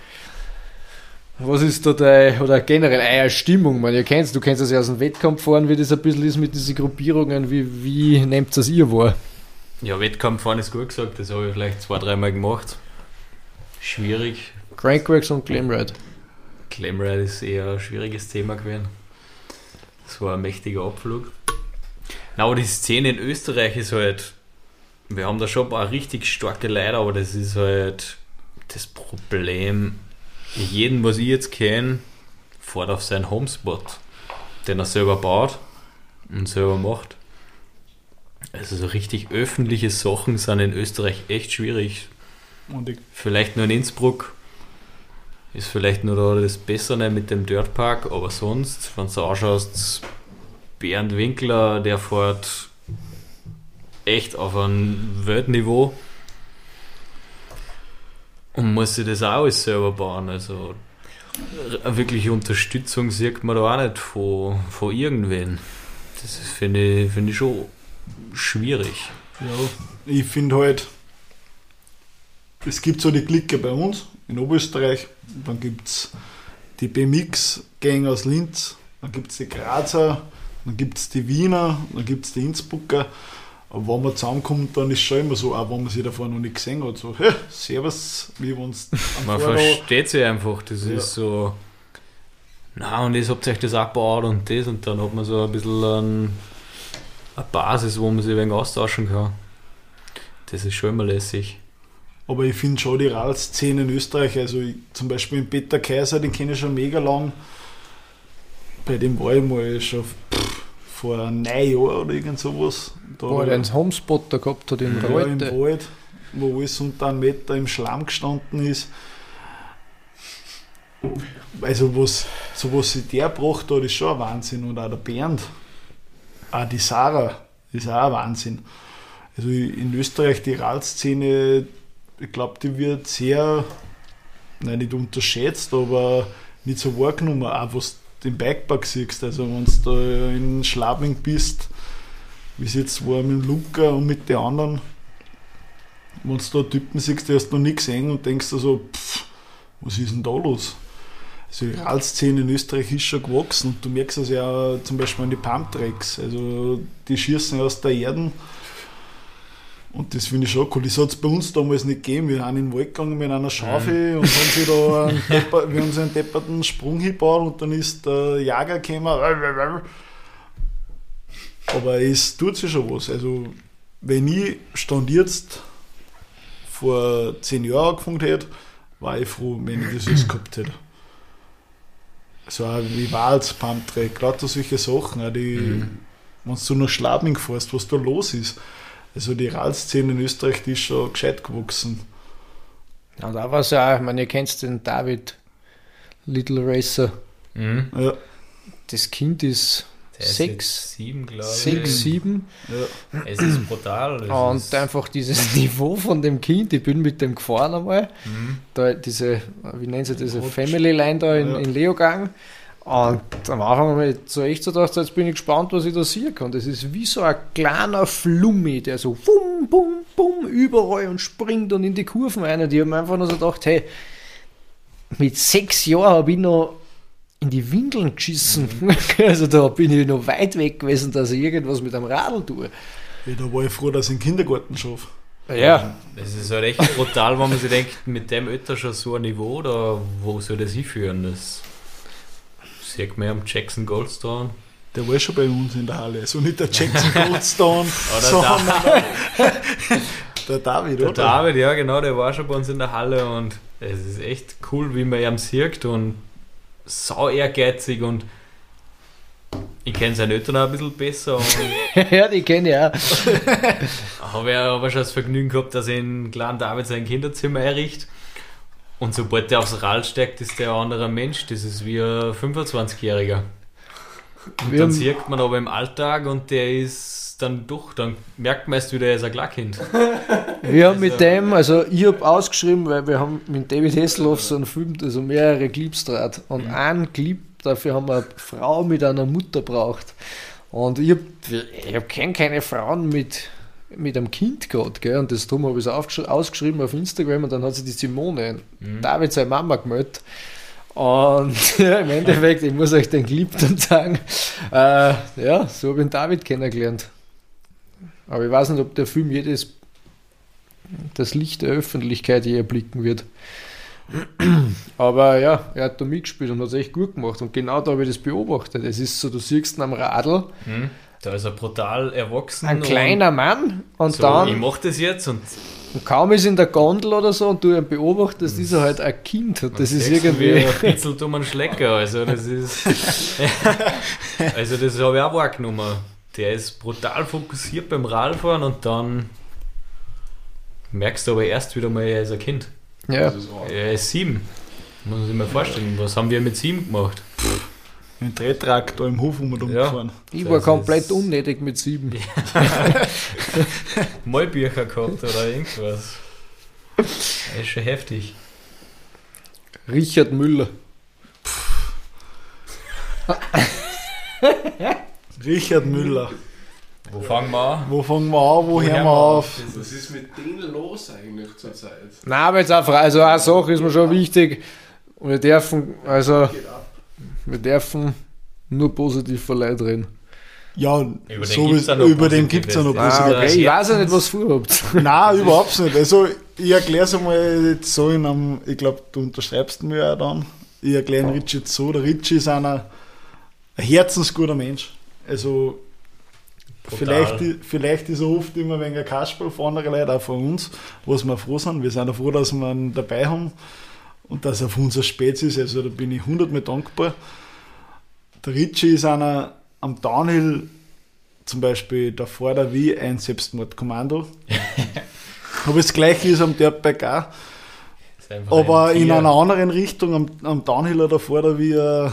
Was ist da deine, oder generell eure Stimmung? Man, ihr kennt, du kennst das ja aus dem Wettkampf fahren, wie das ein bisschen ist mit diesen Gruppierungen. Wie, wie nehmt das ihr wahr? Ja, Wettkampffahren ist gut gesagt, das habe ich vielleicht zwei, dreimal gemacht. Schwierig. Crankworks und Glamride. Glamride ist eher ein schwieriges Thema gewesen. Das war ein mächtiger Abflug. Na, aber die Szene in Österreich ist halt, wir haben da schon ein paar richtig starke Leute, aber das ist halt das Problem. Jeden, was ich jetzt kenne, fährt auf seinen Homespot, den er selber baut und selber macht. Also so richtig öffentliche Sachen sind in Österreich echt schwierig. Und ich, Vielleicht nur in Innsbruck ist vielleicht nur da das Bessere mit dem Dirtpark, aber sonst, wenn du anschaust, Bernd Winkler, der fährt echt auf einem Weltniveau und muss sich das auch alles selber bauen. Also eine wirkliche Unterstützung sieht man da auch nicht von, von irgendwen. Das ist, finde ich, finde ich schon schwierig. ja, ich finde halt, es gibt so die Clique bei uns in Oberösterreich, dann gibt es die B M X-Gang aus Linz, dann gibt es die Grazer, dann gibt es die Wiener, dann gibt es die Innsbrucker. Aber wenn man zusammenkommt, dann ist es schon immer so, auch wenn man sich davor noch nicht gesehen hat, so, hey, servus, wie wir uns am Man Vortag- versteht sich einfach, das Ja. ist so, na und jetzt habt ihr euch das abgebaut und das und dann hat man so ein bisschen ein, eine Basis, wo man sich ein wenig austauschen kann. Das ist schon immer lässig. Aber ich finde schon die Radszene in Österreich, also ich, zum Beispiel den Peter Kaiser, den kenne ich schon mega lang. Bei dem war ich mal schon pff, vor neun Jahren oder irgend sowas. Da Wo er einen Homespot da gehabt hat in ja, im Reute. Wald, wo alles unter einem Meter im Schlamm gestanden ist. Also was, so was sich der gebracht hat, ist schon ein Wahnsinn. Und auch der Bernd, auch die Sarah, ist auch ein Wahnsinn. Also in Österreich die Radszene, ich glaube, die wird sehr, nein, nicht unterschätzt, aber nicht so wahrgenommen, auch was du im Bikepark siehst. Also wenn du da in Schlabing bist, wie es jetzt war mit dem Luca und mit den anderen, wenn du da Typen siehst, die hast du noch nie gesehen und denkst dir so, pff, was ist denn da los? Also die Radszene in Österreich ist schon gewachsen und du merkst es ja auch zum Beispiel an die Pumptracks. Also die schießen aus der Erde. Und das finde ich schon cool. Das hat es bei uns damals nicht gegeben. Wir sind in den Wald gegangen mit einer Schaufel und haben sie da einen Depper, wir haben so einen depperten Sprung hingebaut und dann ist der Jager gekommen. Aber es tut sich schon was. Also wenn ich Stand jetzt vor zehn Jahren angefangen hätte, war ich froh, wenn ich das jetzt gehabt hätte. So wie Wals, Pumptrack, lauter solche Sachen, auch die, Mhm. wenn du nach Schlabing fährst, was da los ist. Also die Radszene in Österreich, die ist schon gescheit gewachsen. Ja, und da war es ja auch, ich meine, ihr kennt den David Little Racer. Mhm. Ja, Das Kind ist Der ist sechs, jetzt sieben, glaube ich. sechs, sieben. ja. Es ist brutal. Es Und ist, einfach dieses Niveau von dem Kind, ich bin mit dem gefahren einmal, Mhm. da diese, wie nennen sie diese Rutsch. Family Line da in, Ja. in Leogang. Und am Anfang habe ich so echt so gedacht, jetzt bin ich gespannt, was ich da sehen kann. Das ist wie so ein kleiner Flummi, der so bum, bum, bum, überall und springt und in die Kurven rein. Und ich habe mir einfach nur so gedacht, hey, mit sechs Jahren habe ich noch in die Windeln geschissen. Mhm. Also da bin ich noch weit weg gewesen, dass ich irgendwas mit einem Radl tue. Ja, da war ich froh, dass ich den Kindergarten schaffe. Ja, Es ist halt echt brutal, wenn man sich denkt, mit dem Alter schon so ein Niveau, oder wo soll das hinführen? Das sieht man ja am Jackson Goldstone. Der war schon bei uns in der Halle. Also nicht der Jackson Goldstone, Oder sondern der David, Der oder? David, ja genau, der war schon bei uns in der Halle und es ist echt cool, wie man ihn sieht und sau ehrgeizig und ich kenne seine Eltern auch ein bisschen besser und Ja, die kenne ich auch. habe ja aber schon das Vergnügen gehabt, dass er in kleinen David sein Kinderzimmer errichtet. Und sobald der aufs Rad steigt, ist der ein anderer Mensch. Das ist wie ein fünfundzwanzigjähriger. Und Wir dann haben- sieht man aber im Alltag und der ist dann doch, dann merkt man erst wieder, er ist ein Kleinkind. Wir haben mit Also- dem, also ich habe ausgeschrieben, weil wir haben mit David Hasselhoff so einen Film, also mehrere Clips draht. Und Mhm. einen Clip, dafür haben wir eine Frau mit einer Mutter braucht. Und ich habe ich hab kenn keine Frauen mit, mit einem Kind gehabt, gell? Und das drum habe ich es aufgesch- ausgeschrieben auf Instagram und dann hat sich die Simone, Mhm. David, seine Mama gemeldet. Und ja, im Endeffekt, ich muss euch den Clip dann sagen, äh, ja, so habe ich den David kennengelernt. Aber ich weiß nicht, ob der Film jedes das Licht der Öffentlichkeit je erblicken wird. Aber ja, er hat da mitgespielt und hat es echt gut gemacht. Und genau da habe ich das beobachtet. Es ist so, du siehst ihn am Radl, Mhm. Da ist er brutal erwachsen. ein kleiner Mann und und so, ich dann mache das jetzt und und kaum ist in der Gondel oder so und du ihn beobachtest, ist er halt ein Kind. Und das ist siehst du, irgendwie. wie ein Pitzeltummer Schlecker. Also das ist. Also das habe ich auch wahrgenommen. Der ist brutal fokussiert beim Radfahren und dann merkst du aber erst wieder mal, er ist ein Kind. Ja, Das ist arg. Er ist sieben. Muss man sich mal vorstellen. Was haben wir mit sieben gemacht? Ein Drehtraktor im Hof um und um Ja. gefahren. ich Das war komplett ist- unnötig mit sieben. Malbücher gehabt oder irgendwas. Das ist schon heftig. Richard Müller. Richard Müller. Wo fangen wir an? Wo fangen wir an, wo, hören wir auf? Was ist mit denen los eigentlich zur Zeit? Nein, aber jetzt auch, also eine Sache ist mir schon wichtig. Wir dürfen, also, Geht ab. wir dürfen nur positiv von Leuten reden. Ja, den so gibt's wie- auch noch über den Positives. gibt es ja noch Ah, Ah, positiv. okay, ich weiß ja nicht, was ihr vorhabt. Nein, überhaupt nicht. Also, ich erkläre es einmal jetzt so in einem, ich glaube, du unterschreibst mir auch dann. Ich erkläre den Richie jetzt so. Der Richie ist einer, ein herzensguter Mensch. Also, Brutal. vielleicht, vielleicht ist er oft immer ein wenig ein Kasperl für andere Leute, auch von uns, was wir froh sind. Wir sind auch froh, dass wir ihn dabei haben und dass er für uns ein Spezi ist. Also, da bin ich hundertmal dankbar. Der Richie ist einer am Downhill, zum Beispiel, da fährt er wie ein Selbstmordkommando. Aber das Gleiche ist am Dirtbike auch. Ist einfach Aber ein in Tier. einer anderen Richtung, am, am Downhiller, da fährt er wie, ein-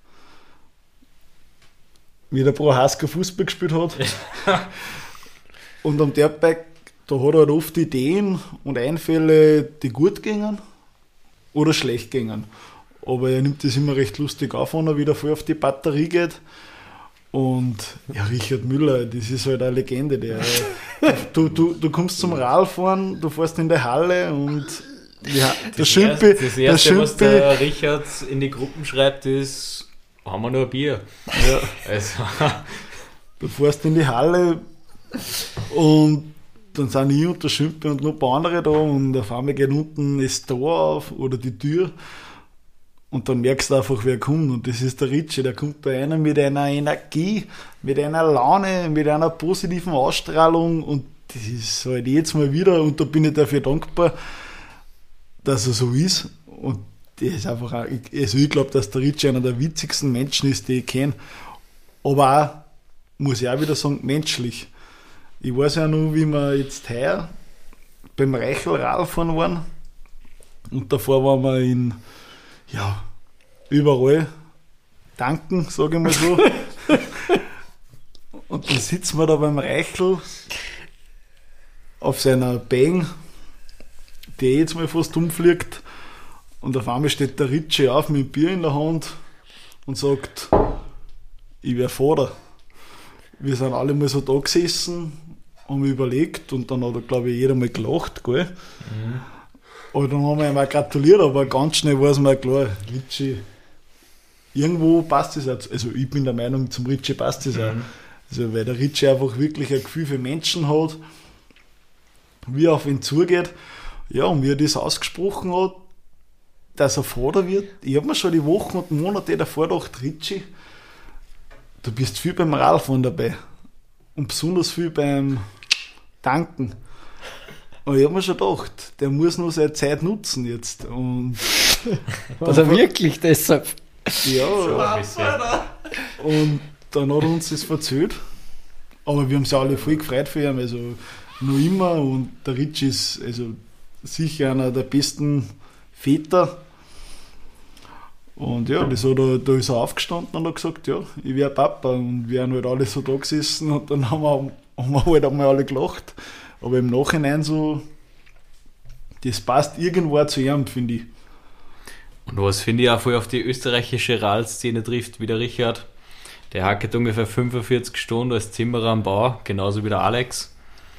wie der Prohaska Fußball gespielt hat. Und am Dirtbike, da hat er halt oft Ideen und Einfälle, die gut gingen oder schlecht gingen. Aber er nimmt das immer recht lustig auf, wenn er wieder voll auf die Batterie geht. Und ja, Richard Müller, das ist halt eine Legende. Der, du, du, du kommst zum Radfahren, du fährst in die Halle und ja, der Das Schimpi, erste, das der erste was Schimpi, der Richard in die Gruppen schreibt, ist, haben wir nur ein Bier. ja, Also, du fährst in die Halle und dann sind ich und der Schimpi und noch ein paar andere da und auf einmal geht unten das Tor auf oder die Tür. Und dann merkst du einfach, wer kommt. Und das ist der Richie. Der kommt da rein mit einer Energie, mit einer Laune, mit einer positiven Ausstrahlung. Und das ist halt jetzt mal wieder. Und da bin ich dafür dankbar, dass er so ist. Und das ist einfach, auch, also ich glaube, dass der Richie einer der witzigsten Menschen ist, die ich kenne. Aber auch, muss ich auch wieder sagen, menschlich. Ich weiß ja noch, wie wir jetzt heuer beim Reichel Radfahren waren. Und davor waren wir in, ja, überall tanken, sage ich mal so. Und dann sitzen wir da beim Reichel auf seiner Bang, die jetzt mal fast umfliegt. Und auf einmal steht der Richie auf mit dem Bier in der Hand und sagt, ich wäre Vater. Wir sind alle mal so da gesessen, haben überlegt und dann hat, er, glaube ich, jeder mal gelacht, gell? Mhm. Aber dann haben wir ihm auch gratuliert, aber ganz schnell war es mir klar, Richie, irgendwo passt es auch. Also ich bin der Meinung, zum Richie passt es auch. Mhm. Also weil der Richie einfach wirklich ein Gefühl für Menschen hat, wie er auf ihn zugeht. Ja, und wie er das ausgesprochen hat, dass er Vater wird. Ich habe mir schon die Wochen und Monate davor gedacht, Ritchie, du bist viel beim Radfahren dabei. Und besonders viel beim Tanken. Und ich habe mir schon gedacht, der muss nur seine Zeit nutzen jetzt. Und also wirklich deshalb. Ja, und dann hat er uns das erzählt. Aber wir haben uns ja alle voll gefreut für ihn, also noch immer. Und der Ritchie ist also sicher einer der besten Väter. Und ja, das hat er, da ist er aufgestanden und hat gesagt, ja, ich wäre Papa. Und wir haben halt alle so da gesessen und dann haben wir, haben wir halt einmal alle gelacht. Aber im Nachhinein so, das passt irgendwo zu ihm, finde ich. Und was finde ich auch voll auf die österreichische Radszene trifft, wie der Richard. Der hacket ungefähr fünfundvierzig Stunden als Zimmerer am Bau, genauso wie der Alex.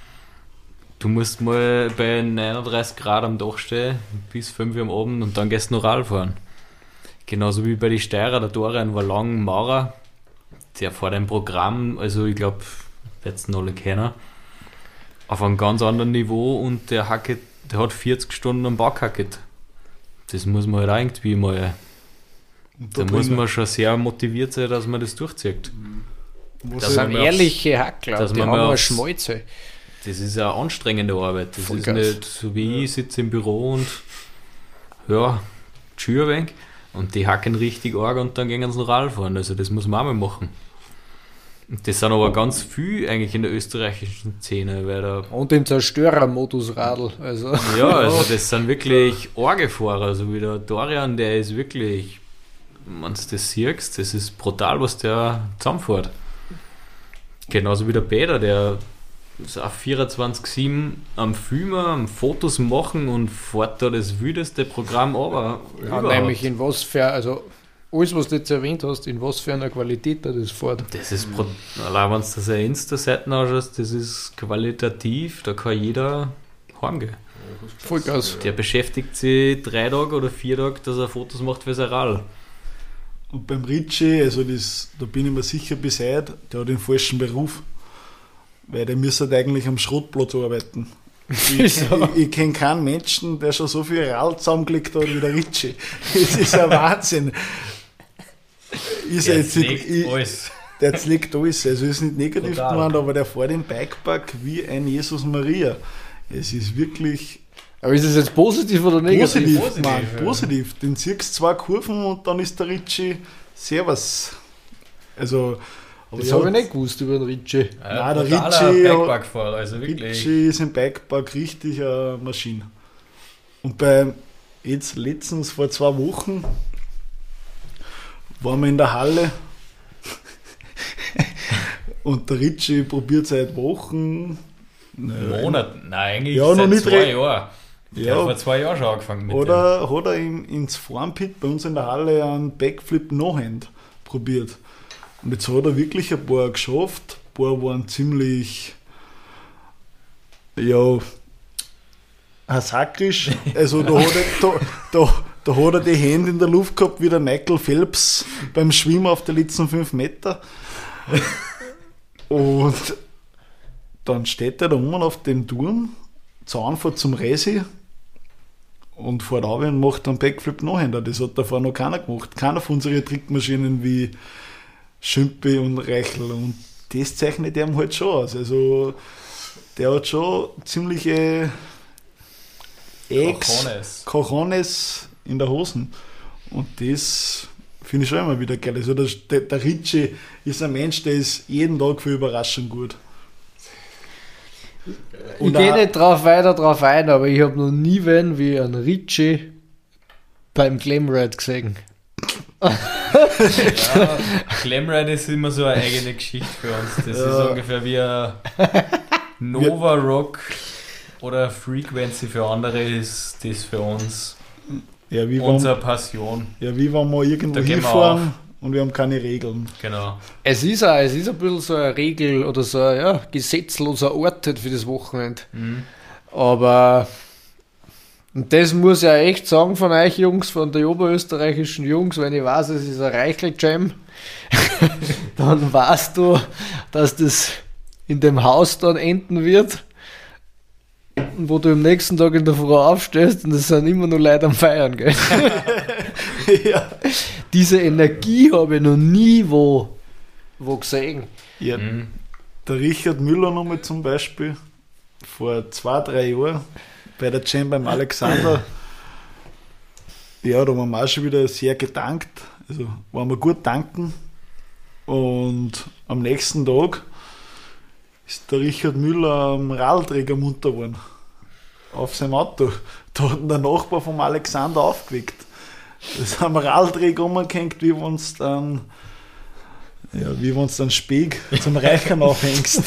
Du musst mal bei neununddreißig Grad am Dach stehen, bis fünf Uhr am Abend und dann gehst du noch Rad fahren. Genauso wie bei den Steirer, der Dorian war lang Maurer, der vor dem Programm, also ich glaube, jetzt alle kennen, auf einem ganz anderen Niveau und der hacket, der hat vierzig Stunden am Bau gehacket. Das muss man halt auch irgendwie mal, da, da muss man schon sehr motiviert sein, dass man das durchzieht. Das, das sind ehrliche Hackler, dass die man haben mal eine Schmalze. Das ist eine anstrengende Arbeit. Das Voll ist krass. nicht so wie ja. Ich sitze im Büro und ja, Tür weg und die hacken richtig arg und dann gehen sie noch Rad fahren. Also das muss man auch mal machen. Und das sind aber ganz viel eigentlich in der österreichischen Szene, weil da und im Zerstörermodus Radl. Also. Ja, also das sind wirklich Orgefahrer, so wie der Dorian, der ist wirklich, wenn du das siehst, das ist brutal, was der zusammenfährt. Genauso wie der Peter, der ist auch vierundzwanzig sieben am Filmen, am Fotos machen und fährt da das wildeste Programm aber ja, nämlich in was für, also alles, was du jetzt erwähnt hast, in was für einer Qualität er das fährt. Das ist, pro- allein wenn du das Insta-Seiten anschaust, das ist qualitativ, da kann jeder heimgehen. Voll krass. Der beschäftigt sich drei Tage oder vier Tage, dass er Fotos macht für sein Rad. Und beim Ritchie, also das, da bin ich mir sicher bis heute, der hat den falschen Beruf. Weil der müsste eigentlich am Schrottplatz arbeiten. Ich, ich, ich kenne keinen Menschen, der schon so viel Rad zusammengelegt hat wie der Ritchie. Das ist ein Wahnsinn. Ist Der jetzt zlegt nicht, ich, alles. Der zlegt alles. Also ist nicht negativ Total. gemeint, aber der fährt im Bikepark wie ein Jesus Maria. Es ist wirklich aber ist es jetzt positiv oder negativ? positiv. Positiv, Mann, ja. positiv. Den ziehst zwei Kurven und dann ist der Ritchie Servus. Also, aber das ja, habe ich nicht gewusst über den Ritchie. Ja, Nein, der brutaler Ritchie- Bikepark-Fahrer, also wirklich. Ritchie ist im Bikepark richtig eine Maschine. Und bei jetzt letztens vor zwei Wochen waren wir in der Halle und der Ritchie probiert seit Wochen. Monaten, nein, eigentlich Ja, seit noch nicht zwei re- Jahren. Der Ja. hat vor zwei Jahren schon angefangen mit dem. Oder hat er in, ins Farmpit bei uns in der Halle einen Backflip No-Hand probiert. Und jetzt hat er wirklich ein paar geschafft. Ein paar waren ziemlich, ja, hasakrisch. Also da hat, er, da, da, da hat er die Hände in der Luft gehabt wie der Michael Phelps beim Schwimmen auf der letzten fünf Meter. Und dann steht er da oben auf dem Turm, Zaunfahrt zum Resi und fährt auf und macht einen Backflip Nachhänder. Das hat davor noch keiner gemacht. Keiner von unseren Trickmaschinen wie Schümpe und Reichel. Und das zeichnet ihm halt schon aus. Also der hat schon ziemliche Ex, Cojones. Cojones in der Hosen. Und das finde ich schon immer wieder geil. Also der, der, der Ritchie ist ein Mensch, der ist jeden Tag für Überraschung gut. Ich Und gehe auch- nicht drauf weiter drauf ein, aber ich habe noch nie wen wie einen Ritchie beim Glamride gesehen. Ja, Glamride ist immer so eine eigene Geschichte für uns. Das Ja. ist ungefähr wie ein Nova Rock oder Frequency für andere ist das für uns Ja, wie wenn, unsere Passion. ja, wie wenn wir irgendwo Da gehen wir hinfahren und wir haben keine Regeln. Genau. Es ist, auch, es ist ein bisschen so eine Regel oder so ein ja, gesetzloser Ort halt für das Wochenende. Mhm. Aber und das muss ich auch echt sagen von euch Jungs, von der oberösterreichischen Jungs, wenn ich weiß, es ist ein Reichel-Jam, dann weißt du, dass das in dem Haus dann enden wird. Stunden, wo du am nächsten Tag in der Früh aufstehst und es sind immer nur Leute am Feiern, gell? Ja. Diese Energie habe ich noch nie wo, wo gesehen. Ja, Mhm. der Richard Müller nochmal zum Beispiel, vor zwei, drei Jahren bei der Jam beim Alexander, ja, da waren wir auch schon wieder sehr gedankt, also waren wir gut tanken und am nächsten Tag ist der Richard Müller am Radlträger munter geworden, auf seinem Auto. Da hat ihn der Nachbar vom Alexander aufgeweckt. Da ist am Radlträger umgehängt, wie wenn es dann Ja, wie wenn du dann Speg zum Reichern aufhängst.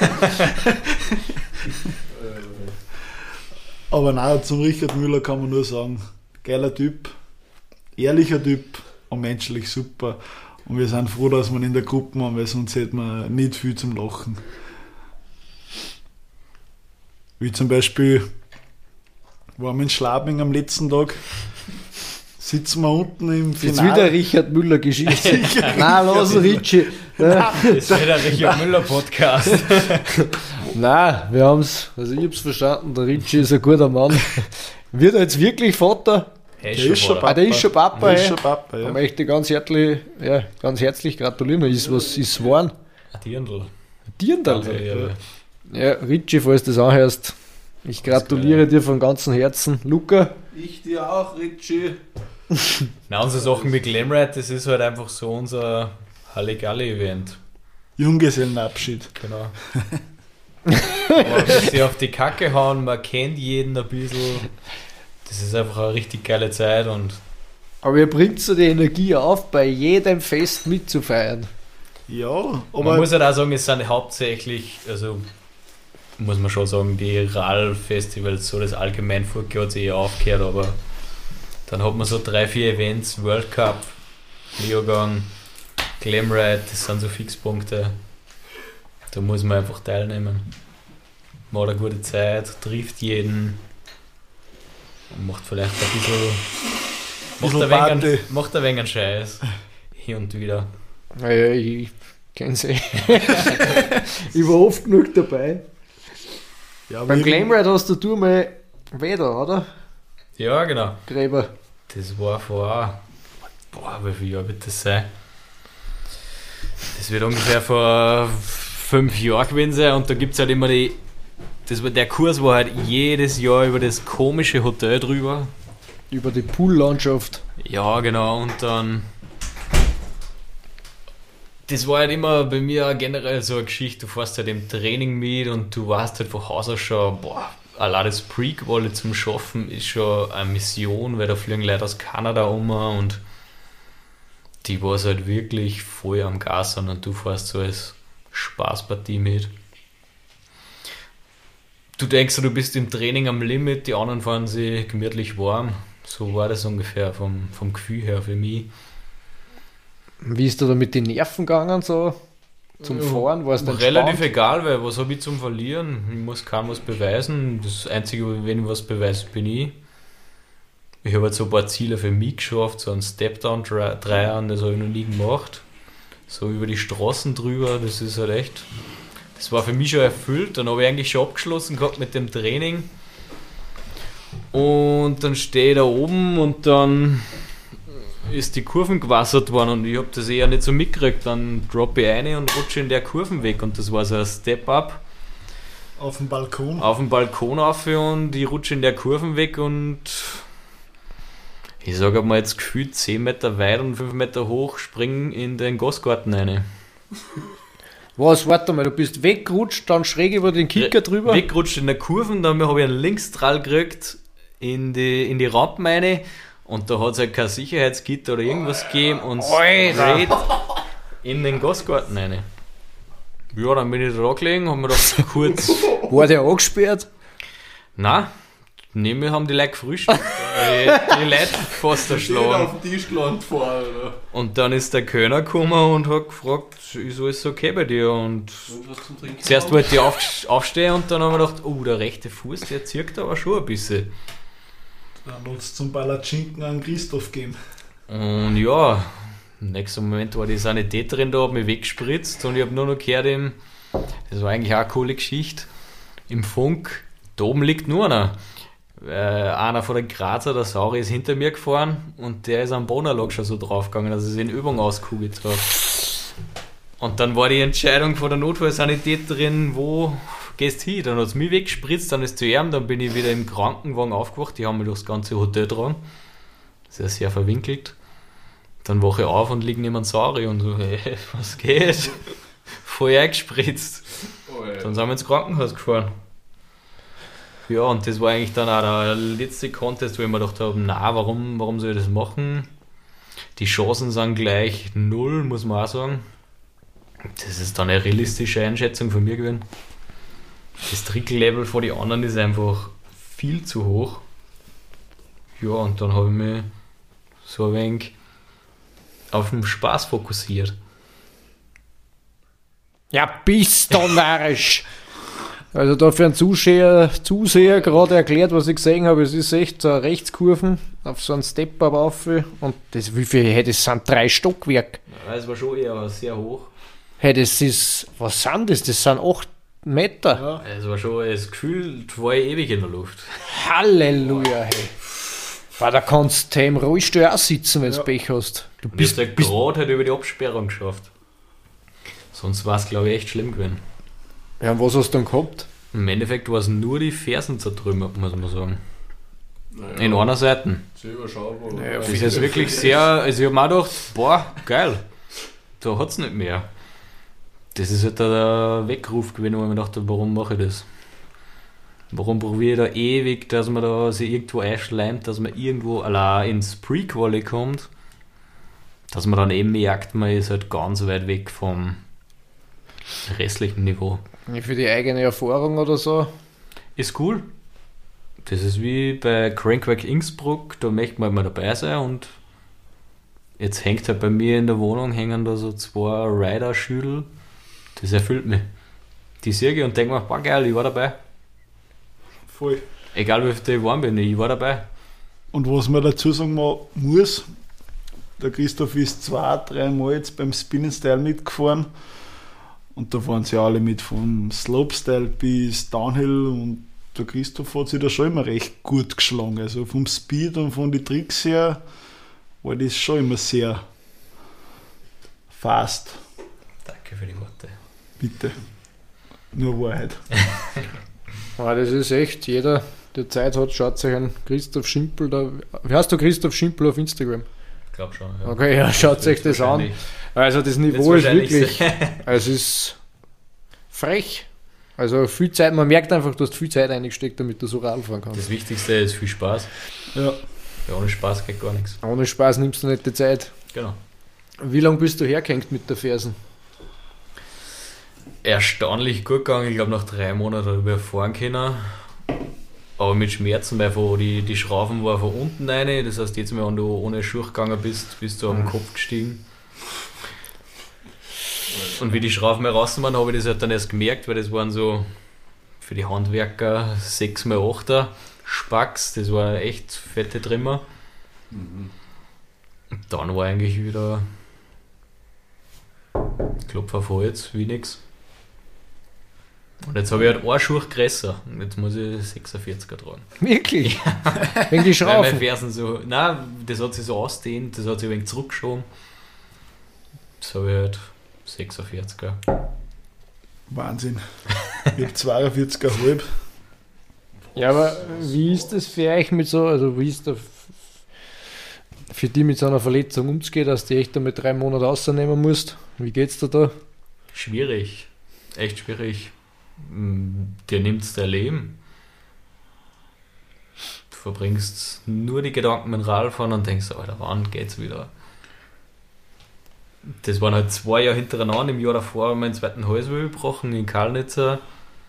Aber nein, zum Richard Müller kann man nur sagen, geiler Typ, ehrlicher Typ und menschlich super. Und wir sind froh, dass wir ihn in der Gruppe haben, weil sonst hätten wir nicht viel zum Lachen. Wie zum Beispiel, waren wir in Schlabing am letzten Tag, sitzen wir unten im Jetzt Finale. wieder Richard Müller Geschichte. Nein, lass Richie. Ja. Das ist der Richard Müller Podcast. Nein, wir haben es, also ich habe es verstanden, der Richie ist ein guter Mann. Wird er jetzt wirklich Vater? Hey, Der ist schon Vater. Ah, der ist schon Papa, Der ist ey. schon Papa, Da ja. möchte ich ganz herzlich, ja, ganz herzlich gratulieren. Ist was ist geworden? Ein Dirndl. Dirndl. Also, ja, Ja, Richie, falls du das anhörst, ich gratuliere dir von ganzem Herzen. Luca, Ich dir auch, Richie. Na, unsere Sachen mit Glamride, das ist halt einfach so unser Halligalli-Event. Junggesellenabschied. Genau. Aber wenn sie auf die Kacke hauen, man kennt jeden ein bisschen. Das ist einfach eine richtig geile Zeit und aber ihr bringt so die Energie auf, bei jedem Fest mitzufeiern. Ja, man aber muss halt auch sagen, es sind hauptsächlich, also muss man schon sagen, die R A L-Festivals, so das Allgemeinfurke hat sich eher aufgehört, aber dann hat man so drei, vier Events, World Cup, Leogang, Glamride, das sind so Fixpunkte. Da muss man einfach teilnehmen. Man hat eine gute Zeit, trifft jeden und macht vielleicht ein bisschen, macht Bisschen ein wenig, Party. einen- macht ein wenig einen Scheiß. Hier und wieder. Naja, ich kenn's eh. Ich war oft genug dabei. ja, Beim wir- Glamride hast du du mal Weder, oder? Ja, genau. Gräber. Das war vor, boah, wie viel Jahre wird das sein? Das wird ungefähr vor fünf Jahren gewesen sein und da gibt es halt immer die, das war, der Kurs war halt jedes Jahr über das komische Hotel drüber. Über die Poollandschaft. Ja, genau, und dann, das war halt immer bei mir generell so eine Geschichte, du fährst halt im Training mit und du weißt halt von Haus aus schon, boah, allein das Pre-Quali zum Schaffen ist schon eine Mission, weil da fliegen Leute aus Kanada um und die war halt wirklich voll am Gas sind und du fährst so als Spaßpartie mit. Du denkst, du bist im Training am Limit, die anderen fahren sich gemütlich warm. So war das ungefähr vom, vom Gefühl her für mich. Wie ist da da mit den Nerven gegangen so? Zum Ja, Fahren? War es dann Relativ entspannt? egal, weil was habe ich zum Verlieren? Ich muss kaum was beweisen. Das Einzige, wenn ich was beweise, bin ich. Ich habe jetzt so ein paar Ziele für mich geschafft, so ein Step-Down-Dreier, das habe ich noch nie gemacht. So über die Straßen drüber, das ist halt echt. Das war für mich schon erfüllt. Dann habe ich eigentlich schon abgeschlossen gehabt mit dem Training. Und dann stehe ich da oben und dann ist die Kurven gewassert worden und ich habe das eher nicht so mitgekriegt. Dann droppe ich eine und rutsche in der Kurven weg und das war so ein Step-Up auf dem Balkon. auf dem Balkon auf und ich rutsche in der Kurven weg und ich sage mal jetzt gefühlt zehn Meter weit und fünf Meter hoch, springen in den Gasgarten rein. Was, warte mal, du bist weggerutscht, dann schräg über den Kicker drüber. Weggerutscht in der Kurven, dann habe ich einen Linkstrahl gekriegt in die, in die Rampen rein und da hat es halt kein Sicherheitsgitter oder irgendwas gegeben und straight in den Gasgarten rein. Ja, dann bin ich da gelegen, haben wir da kurz... War der angesperrt? Nein, neben mir haben die Leute gefrühstückt. die, die Leute fast erschlagen. den Tisch gelandet vorher, oder? Und dann ist der Kölner gekommen und hat gefragt, ist alles okay bei dir? Und Und was zum Trinken? zuerst wollte ich auf, aufstehen und dann haben wir gedacht, oh, der rechte Fuß, der zirkt aber schon ein bisschen. Dann hat es zum Palatschinken an Christoph gegeben. Und ja, im nächsten Moment war die Sanitäterin da, hat mich weggespritzt und ich habe nur noch gehört, im, das war eigentlich auch eine coole Geschichte, im Funk, Da oben liegt nur einer. Äh, einer von den Grazer, der Sauri, ist hinter mir gefahren und der ist am Bodenlog schon so draufgegangen, dass er sich in Übung auskugelt hat. Und dann war die Entscheidung von der Notfallsanitäterin, wo gehst du hin? Dann hat es mich weggespritzt, dann ist zu ihm, dann bin ich wieder im Krankenwagen aufgewacht, die haben mich durchs ganze Hotel getragen. Sehr, sehr verwinkelt. Dann wache ich auf und liege neben einem Sauri und so, hey, was geht? Voll eingespritzt. Oh, ja. Dann sind wir ins Krankenhaus gefahren. Ja, und das war eigentlich dann auch der letzte Contest, wo ich mir gedacht habe, na, warum, warum soll ich das machen? Die Chancen sind gleich null, muss man auch sagen. Das ist dann eine realistische Einschätzung von mir gewesen. Das Tricklevel von den anderen ist einfach viel zu hoch. Ja, und dann habe ich mich so ein wenig auf den Spaß fokussiert. Ja, bist du narrisch. Also da für einen Zuseher, Zuseher gerade erklärt, was ich gesehen habe, es ist echt so eine Rechtskurven auf so einen Step-Up auf und das, wie viel, hey, das sind drei Stockwerke. Ja, es war schon eher sehr hoch. Hey, das ist, was sind das? Das sind acht Meter. Ja. Es war schon, das Gefühl war ich ewig in der Luft. Halleluja, hey. Weil da kannst du im Rollstuhl auch sitzen, wenn du Ja. Pech hast. Du Und ich bist, habe bist gerade halt über die Absperrung geschafft. Sonst war es, glaube ich, echt schlimm gewesen. ja, und was hast du dann gehabt? Im Endeffekt war es nur die Fersen zertrümmert, muss man sagen. Naja, In einer Seite. sehr überschaubar. Naja, Das ist wirklich sehr, also ich habe mir auch gedacht, boah, geil, da hat es nicht mehr. Das ist halt der Weckruf gewesen, wo ich mir dachte, warum mache ich das? Warum probiere ich da ewig, dass man da sich irgendwo einschleimt, dass man irgendwo allein ins Pre-Quali kommt, dass man dann eben merkt, man ist halt ganz weit weg vom restlichen Niveau. Für die eigene Erfahrung oder so? Ist cool. Das ist wie bei Crankwork Innsbruck, da möchte man mal dabei sein und jetzt hängt halt bei mir in der Wohnung hängen da so zwei Rider-Schüdel. Das erfüllt mich. Die sehe ich und denke mir, boah geil, ich war dabei. Voll. Egal wie viel ich warm bin, ich war dabei. Und was man dazu sagen muss, der Christoph ist zwei, drei Mal jetzt beim Spin-Style mitgefahren und da waren sie alle mit vom Slopestyle bis Downhill und der Christoph hat sich da schon immer recht gut geschlagen. Also vom Speed und von den Tricks her war das schon immer sehr fast. Danke für die Worte. Bitte. Nur Wahrheit. Ja, das ist echt, jeder, der Zeit hat, schaut sich einen Christoph Schimpel da. Wie heißt du Christoph Schimpel auf Instagram? Ich glaube schon. Ja. Okay, ja, schaut sich das an. Wahrscheinlich- Also das Niveau wird's ist wahrscheinlich wirklich, sein. es ist frech. Also viel Zeit, man merkt einfach, du hast viel Zeit eingesteckt, damit du so Radl fahren kannst. Das Wichtigste ist viel Spaß. Ja. Ja, ohne Spaß geht gar nichts. Ohne Spaß nimmst du nicht die Zeit. Genau. Wie lange bist du hergehängt mit der Fersen? Erstaunlich gut gegangen. Ich glaube, nach drei Monaten habe ich fahren können. Aber mit Schmerzen, weil von die, die Schrauben war von unten rein. Das heißt, jetzt, wenn du ohne Schuhe gegangen bist, bist du am Kopf gestiegen. Und wie die Schrauben mehr raus waren, habe ich das halt dann erst gemerkt, weil das waren so für die Handwerker sechs mal achter Spacks. Das war echt fette Trimmer. Und dann war eigentlich wieder Klopf auf Holz, wie nix. Und jetzt habe ich halt einen Schuh größer. Und jetzt muss ich sechsundvierziger tragen. Wirklich? Wegen die Weil meine Schrauben? Fersen so, nein, das hat sich so ausdehnt, das hat sich ein wenig zurückgeschoben. Jetzt habe ich halt sechsundvierziger. Wahnsinn. Ich habe zweiundvierzig Komma fünf. Ja, aber wie ist das für euch mit so, also wie ist das für die mit so einer Verletzung umzugehen, dass du echt damit drei Monate rausnehmen musst? Wie geht's dir da? Schwierig. Echt schwierig. Mm, Dir nimmt es dein Leben. Du verbringst nur die Gedanken mit dem Radfahren und denkst, Alter, wann geht's wieder? Das waren halt zwei Jahre hintereinander. Im Jahr davor haben wir den zweiten Halswirbel gebrochen in Karlnitzer.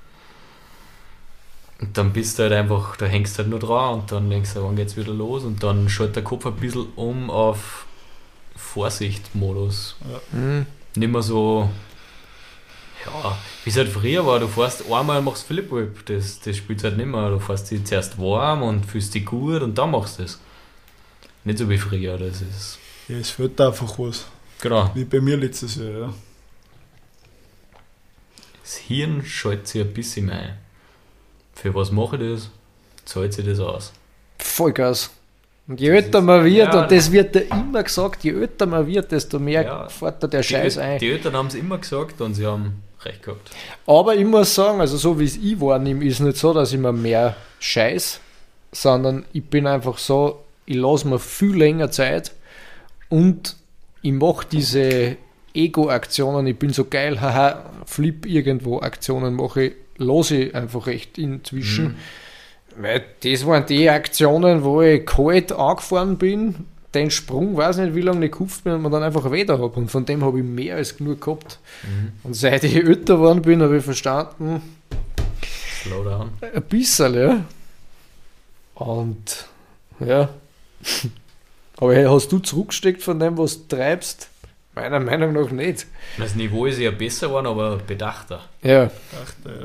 Und dann bist du halt einfach, da hängst du halt nur dran und dann denkst du, wann geht's wieder los? Und dann schaltet der Kopf ein bisschen um auf Vorsicht-Modus. Hm. Nicht mehr so, ja, wie es halt früher war, du fährst einmal und machst Flip Whip, das, das spielst halt nicht mehr. Du fährst dich zuerst warm und fühlst dich gut und dann machst du es. Nicht so wie früher, das ist. Ja, es fehlt einfach was. Genau. Wie bei mir letztes Jahr, ja. Das Hirn schaltet sich ein bisschen mehr ein. für was mache ich das? Zahlt sich das aus? Vollgas. Und je älter man wird, ja, und das wird ja immer gesagt, je älter man wird, desto mehr Ja. fährt da der Die, Scheiß El- ein. die Eltern haben es immer gesagt und sie haben recht gehabt. Aber ich muss sagen, also so wie es ich wahrnehme, ist nicht so, dass ich mir mehr scheiß, sondern ich bin einfach so, ich lasse mir viel länger Zeit und ich mache diese Ego-Aktionen, ich bin so geil, haha, Flip irgendwo Aktionen mache ich, lasse ich einfach echt inzwischen. Mhm. Weil das waren die Aktionen, wo ich kalt angefahren bin, den Sprung, weiß nicht wie lange ich gekauft bin und man dann einfach wieder habe. Und von dem habe ich mehr als genug gehabt. Mhm. Und seit ich älter geworden bin, habe ich verstanden, Slow down. ein bisschen, ja. Und ja. Aber hey, hast du zurückgesteckt von dem, was du treibst? Meiner Meinung nach nicht. Das Niveau ist ja besser geworden, aber bedachter. Ja. Dachte,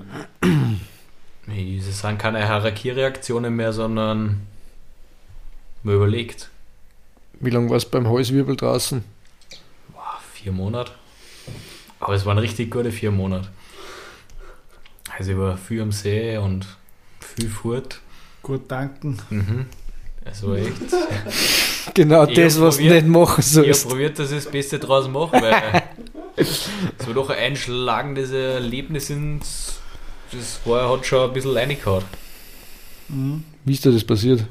Es sind keine Harakiri-Aktionen mehr, sondern man überlegt. Wie lange war es beim Halswirbel draußen? Boah, vier Monate. Aber es waren richtig gute vier Monate. Also ich war viel am See und viel fort. gut danken. Mhm. Also echt. Genau Ich das, hab was du probiert- nicht machen Ich habe sollst. probiert, dass ich das Beste draus mache, weil es war doch ein einschlagendes Erlebnis ins. Das war, hat schon ein bisschen reingehauen. Mhm. Wie ist dir das passiert?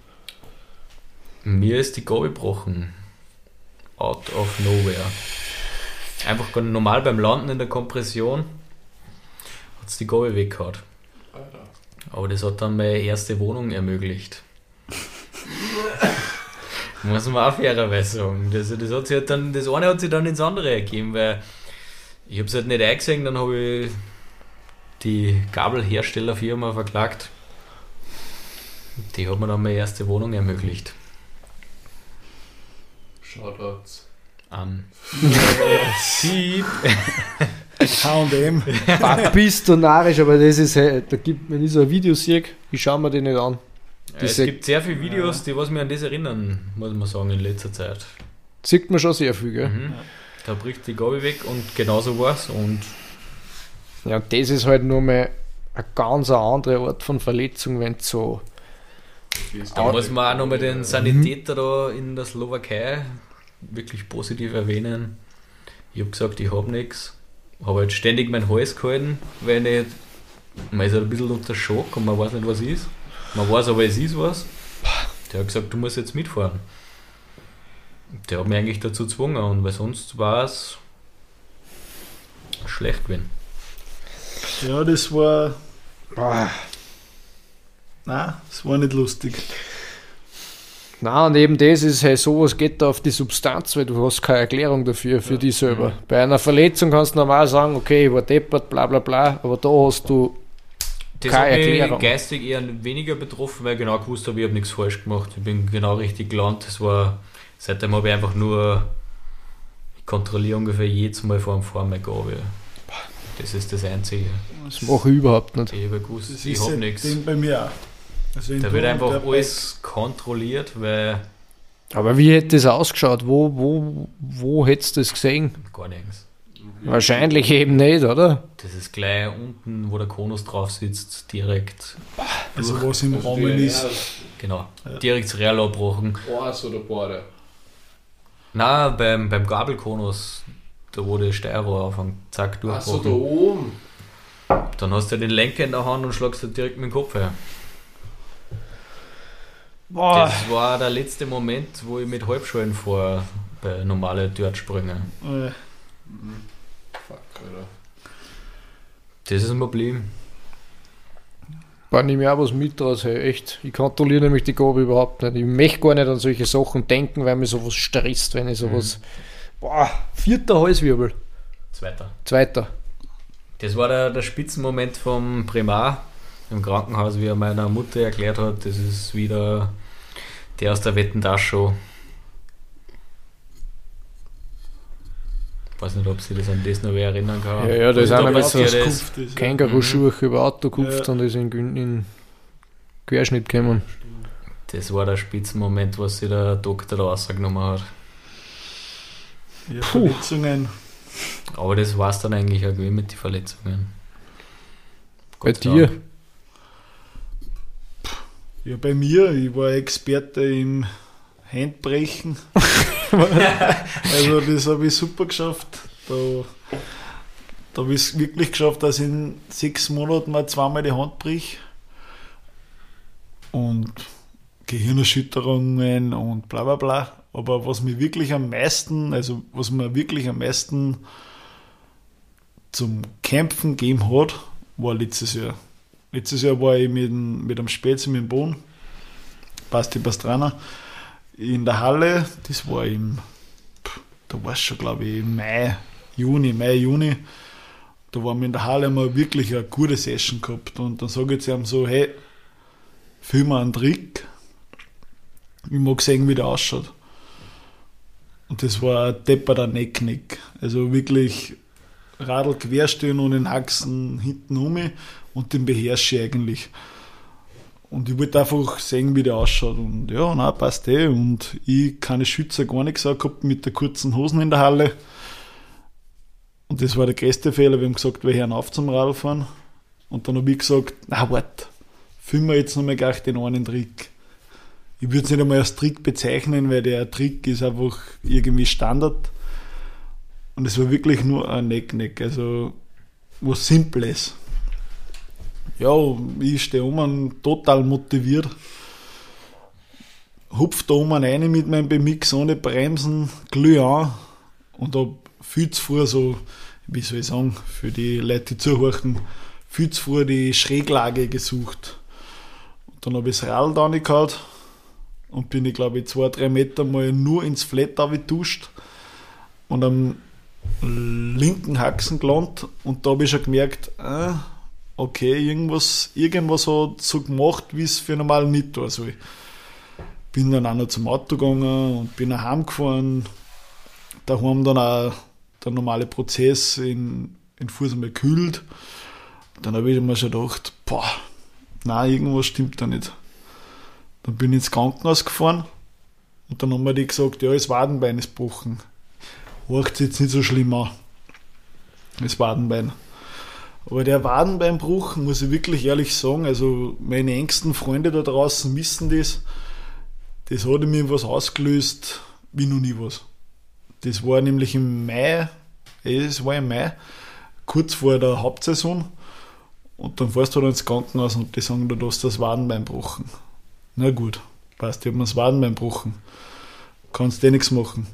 Mir ist die Gabel gebrochen. Out of nowhere. Einfach ganz normal beim Landen in der Kompression hat es die Gabel weggehauen. Aber das hat dann meine erste Wohnung ermöglicht. Muss man auch fairerweise sagen. Das, das, hat sich halt dann, das eine hat sich dann ins andere ergeben, weil ich habe es halt nicht eingesehen, dann habe ich die Gabelherstellerfirma verklagt. Die hat mir dann meine erste Wohnung ermöglicht. Shoutouts. An Sie. H und M. Bist du narrisch, aber das ist, hey, da gibt, wenn ich so ein Video sehe, ich schaue mir die nicht an. Es Diese- gibt sehr viele Videos, die was mir an das erinnern, muss man sagen, in letzter Zeit. Sieht man schon sehr viel, gell? Mhm. Da bricht die Gabel weg und genauso war es. Und Ja, und das ist halt nur mal eine ganz andere Art von Verletzung, wenn es so. da muss man auch nochmal den Sanitäter da in der Slowakei wirklich positiv erwähnen. Ich habe gesagt, ich habe nichts. Habe halt ständig meinen Hals gehalten, weil nicht, man ist halt ein bisschen unter Schock und man weiß nicht, was ist. Man weiß aber, es ist was. Der hat gesagt, du musst jetzt mitfahren. Der hat mich eigentlich dazu gezwungen, und weil sonst war es schlecht gewesen. Ja, das war. Boah. Nein, das war nicht lustig. Na, und eben das ist halt sowas, geht da auf die Substanz, weil du hast keine Erklärung dafür, für Ja. dich selber. Bei einer Verletzung kannst du normal sagen, okay, ich war deppert, bla bla bla, aber da hast du. Das Keine hat mich Erklärung. geistig eher weniger betroffen, weil ich genau gewusst habe, ich habe nichts falsch gemacht. Ich bin genau richtig gelandet. Das war, seitdem habe ich einfach nur, ich kontrolliere ungefähr jedes Mal vor dem Fahren meine Gabel. Das ist das Einzige. Das mache ich überhaupt nicht. Ich habe gewusst, Das ich ist habe ja nichts. dem bei mir auch. Also wenn Da du wird und einfach der alles kontrolliert, weil Aber wie hätte das ausgeschaut? Wo, wo, wo hättest du das gesehen? gar nichts. Wahrscheinlich eben nicht, oder? Das ist gleich unten, wo der Konus drauf sitzt, direkt, Also was im Rahmen ist. genau, Ja. direkt das Real abbrochen. Eins oder beide? Nein, beim, beim Gabelkonus, da wo der Steuerrohr aufhängt, zack, Achso, da durchbrochen. oben. Dann hast du den Lenker in der Hand und schlagst du direkt mit dem Kopf her. Boah. Das war der letzte Moment, wo ich mit Halbschalen fahre bei normalen Dirtsprüngen. Äh, Fuck, Alter. Das ist mir geblieben. Da nehme ich auch was mit draus, hey, echt. Ich kontrolliere nämlich die Gabel überhaupt nicht. Ich möchte gar nicht an solche Sachen denken, weil mich sowas stresst, wenn ich sowas. Boah, vierter Halswirbel. Zweiter. Zweiter. Das war der, der Spitzenmoment vom Primar im Krankenhaus, wie er meiner Mutter erklärt hat, das ist wieder der aus der Wetten-Das-Show. Ich weiß nicht, ob sie das an das noch wer erinnern kann. Ja, ja, das ist Also einer da mit so passiert das ist. Kupft ist, ja. Känguruschuhe über Auto gekupft Ja. und ist in, in Querschnitt gekommen. Das war der Spitzenmoment, was sich der Doktor da rausgenommen hat. Ja, Puh. Verletzungen. Aber das war es dann eigentlich auch gewesen mit den Verletzungen. Bei Gott sei dir? Dank. Ja, bei mir, ich war Experte im Handbrechen. Also das habe ich super geschafft. Da, da habe ich es wirklich geschafft, dass ich in sechs Monaten mal zweimal die Hand brich. Und Gehirnerschütterungen und bla bla bla. Aber was mir wirklich am meisten, also was mir wirklich am meisten zum Kämpfen gegeben hat, war letztes Jahr. Letztes Jahr war ich mit, mit einem Spätzle mit dem Boden, Basti Pastrana, in der Halle. Das war im, da war es schon, glaube ich, im Mai, Juni, Mai, Juni. Da waren wir in der Halle, haben wir wirklich eine gute Session gehabt. Und dann sage ich zu ihm so, hey, film mir einen Trick. Ich mag sehen, wie der ausschaut. Und das war ein depperter Necknick. Also wirklich Radl querstehen und den Haxen hinten um und den beherrsche ich eigentlich. Und ich wollte einfach sehen, wie der ausschaut. Und ja, na passt eh. Und ich keine Schützer, gar nichts gehabt mit den kurzen Hosen in der Halle. Und das war der größte Fehler. Wir haben gesagt, wir hören auf zum Radfahren. Und dann habe ich gesagt, na warte, filmen wir jetzt nochmal gleich den einen Trick. Ich würde es nicht einmal als Trick bezeichnen, weil der Trick ist einfach irgendwie Standard. Und es war wirklich nur ein Neck-Neck, also was Simples. Ja, ich stehe um, total motiviert. Hupf da oben rein mit meinem B M X ohne Bremsen, glüh an und habe viel zu früh so, wie soll ich sagen, für die Leute, die zuhören, viel zu früh die Schräglage gesucht. Und dann habe ich das Radl da reingehauen und bin ich, glaube ich, zwei, drei Meter mal nur ins Flat getuscht und am linken Haxen gelandet und da habe ich schon gemerkt, äh, okay, irgendwas, irgendwas hat so gemacht, wie es für normal nicht tun soll. Bin dann auch noch zum Auto gegangen und bin nach Hause gefahren. Daheim dann auch der normale Prozess in, in Fuß einmal gekühlt. Dann habe ich mir schon gedacht, boah, nein, irgendwas stimmt da nicht. Dann bin ich ins Krankenhaus gefahren und dann haben mir die gesagt, ja, das Wadenbein ist gebrochen. Hört sich jetzt nicht so schlimm an, das Wadenbein. Aber der Wadenbeinbruch, muss ich wirklich ehrlich sagen, also meine engsten Freunde da draußen wissen das, das hat in mir was ausgelöst, wie noch nie was. Das war nämlich im Mai, es war im Mai, kurz vor der Hauptsaison. Und dann fährst du dann ins Krankenhaus und die sagen, du hast das Wadenbein gebrochen. Na gut, passt, ich habe mir das Wadenbein gebrochen. Kannst eh nichts machen.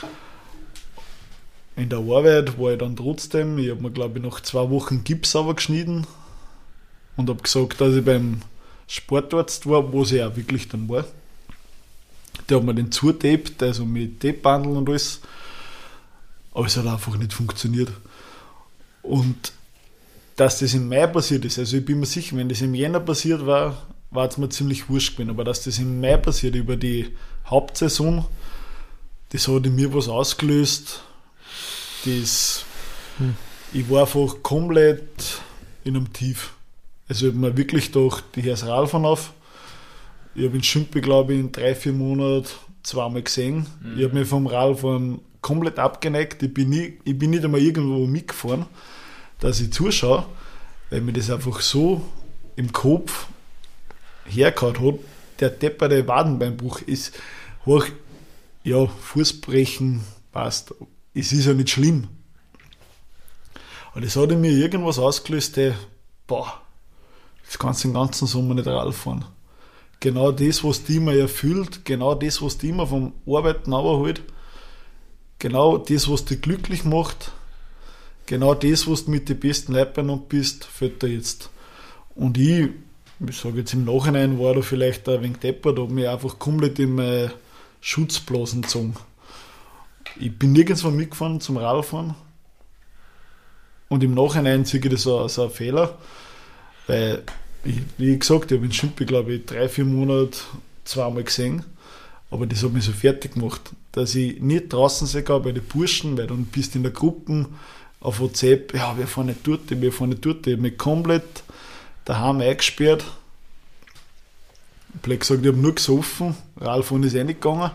In der Arbeit war ich dann trotzdem, ich habe mir glaube ich nach zwei Wochen Gips aber geschnitten und habe gesagt, dass ich beim Sportarzt war, wo ich auch wirklich dann war. Der hat mir den zutaped, also mit Tape-Bandeln und alles, aber es hat einfach nicht funktioniert. Und dass das im Mai passiert ist, also ich bin mir sicher, wenn das im Jänner passiert war, war es mir ziemlich wurscht gewesen, aber dass das im Mai passiert, über die Hauptsaison, das hat in mir was ausgelöst. Das, hm. Ich war einfach komplett in einem Tief. Also ich habe mir wirklich gedacht, ich höre das Radfahren auf. Ich habe in Schümpe, glaube ich, in drei, vier Monaten zweimal gesehen. Mhm. Ich habe mich vom Radfahren komplett abgeneigt. Ich bin, nie, ich bin nicht einmal irgendwo mitgefahren, dass ich zuschaue, weil mir das einfach so im Kopf hergehauen hat. Der depperte Wadenbeinbruch ist, hoch, ja, Fußbrechen passt. Es ist ja nicht schlimm. Aber das hat in mir irgendwas ausgelöst, hey, boah, das kannst du den ganzen Sommer nicht Radl fahren. Genau das, was die immer erfüllt, genau das, was die immer vom Arbeiten abholt, genau das, was dich glücklich macht, genau das, was du mit den besten Leuten und bist, fällt dir jetzt. Und ich, ich sage jetzt im Nachhinein, war da vielleicht ein wenig deppert, habe mich einfach komplett in meine Schutzblasen gezogen. Ich bin nirgendwo mitgefahren zum Radfahren und im Nachhinein sehe ich das als ein Fehler, weil, ich, wie gesagt, ich habe in Schümpe, glaube ich, drei, vier Monate zweimal gesehen, aber das hat mich so fertig gemacht, dass ich nicht draußen sehe bei den Burschen, weil dann bist du in der Gruppe auf WhatsApp, ja, wir fahren nicht dort, wir fahren nicht dort, ich habe mich komplett daheim eingesperrt. Ich habe gesagt, ich habe nur gesoffen, Radfahren ist eh nicht gegangen.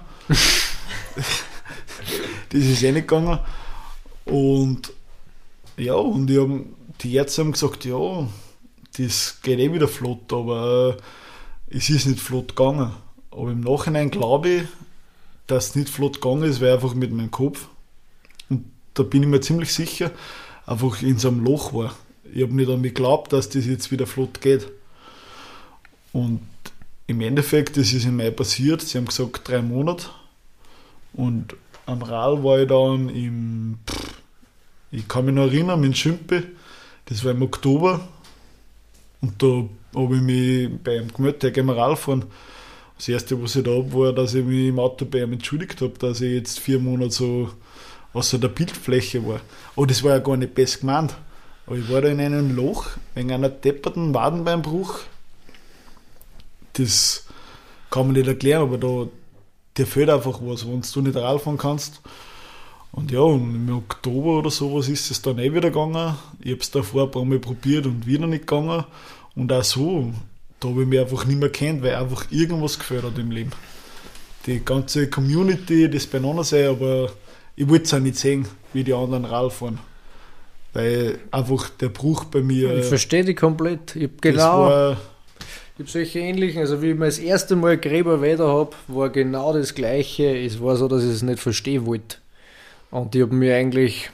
Das ist eh nicht gegangen. Und ja, und ich hab, die Ärzte haben gesagt, ja, das geht eh wieder flott, aber es ist nicht flott gegangen. Aber im Nachhinein glaube ich, dass es nicht flott gegangen ist, weil einfach mit meinem Kopf, und da bin ich mir ziemlich sicher, einfach in so einem Loch war. Ich habe nicht an mich geglaubt, dass das jetzt wieder flott geht. Und im Endeffekt, das ist im Mai passiert, sie haben gesagt drei Monate. Und am Radl war ich dann im, ich kann mich noch erinnern, mit Schümpe, das war im Oktober. Und da habe ich mich bei ihm gemeldet, der geht mir Radl fahren. Das erste, was ich da habe, war, dass ich mich im Auto bei ihm entschuldigt habe, dass ich jetzt vier Monate so außer der Bildfläche war. Aber das war ja gar nicht besser gemeint. Aber ich war da in einem Loch, wegen einer depperten Wadenbeinbruch. Das kann man nicht erklären, aber da dir fehlt einfach was, wenn du nicht Radl fahren kannst. Und ja, und im Oktober oder sowas ist es dann eh wieder gegangen. Ich habe es davor ein paar Mal probiert und wieder nicht gegangen. Und auch so, da habe ich mich einfach nicht mehr kennt, weil einfach irgendwas gefällt hat im Leben. Die ganze Community, das beieinander sein, aber ich wollte es auch nicht sehen, wie die anderen Radl fahren. Weil einfach der Bruch bei mir... Ich verstehe dich komplett. Ich habe genau... War, ich habe solche ähnlichen, also wie ich mir das erste Mal Gräberweder habe, war genau das Gleiche. Es war so, dass ich es nicht verstehen wollte. Und ich habe mir eigentlich...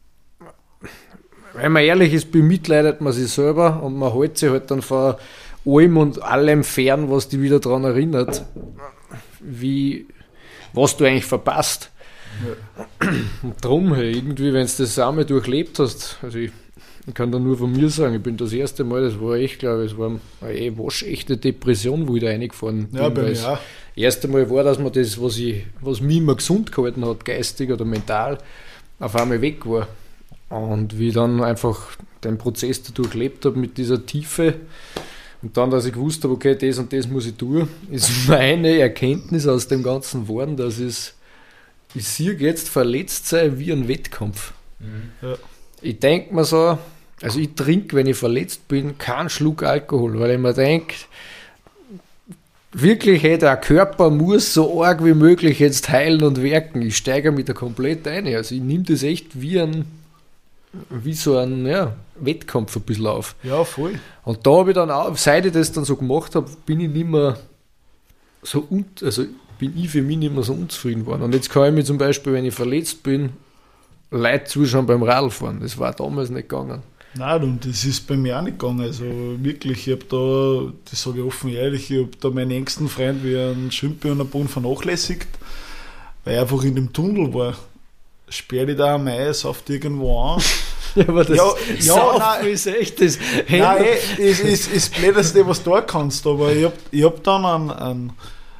Wenn man ehrlich ist, bemitleidet man sich selber und man hält sich halt dann von allem und allem fern, was dich wieder daran erinnert, wie, was du eigentlich verpasst. Ja. Und darum, hey, irgendwie, wenn du das einmal durchlebt hast, also ich, ich kann da nur von mir sagen, ich bin das erste Mal, das war echt, glaube ich, es war eine eh waschechte Depression, wo ich da reingefahren bin. Ja, bei mir auch. Das erste Mal war, dass man das, was, ich, was mich immer gesund gehalten hat, geistig oder mental, auf einmal weg war. Und wie ich dann einfach den Prozess da durchlebt habe mit dieser Tiefe und dann, dass ich gewusst habe, okay, das und das muss ich tun, ist meine Erkenntnis aus dem Ganzen geworden, dass es, ich sehe jetzt verletzt sein wie ein Wettkampf. Mhm. Ja. Ich denke mir so, also ich trinke, wenn ich verletzt bin, keinen Schluck Alkohol, weil ich mir denke, wirklich, hey, der Körper muss so arg wie möglich jetzt heilen und wirken. Ich steige mich da komplett ein. Also ich nehme das echt wie ein wie so ein ja, Wettkampf ein bisschen auf. Ja, voll. Und da habe ich dann auch, seit ich das dann so gemacht habe, bin ich nicht mehr so, un, also bin ich für mich nicht mehr so unzufrieden geworden. Und jetzt kann ich mir zum Beispiel, wenn ich verletzt bin, Leute zuschauen beim Radlfahren. Das war damals nicht gegangen. Nein, und das ist bei mir auch nicht gegangen. Also wirklich, ich habe da, das sage ich offen ehrlich, ich habe da meinen engsten Freund wie einen Schümpe und einen Boden vernachlässigt, weil ich einfach in dem Tunnel war. Sperr dich da am Eis, sauft irgendwo an. Ja, aber das ja, ja, nein, ist echt das. Nein, es ist das Blödeste, was du da kannst, aber ich habe ich hab dann einen, einen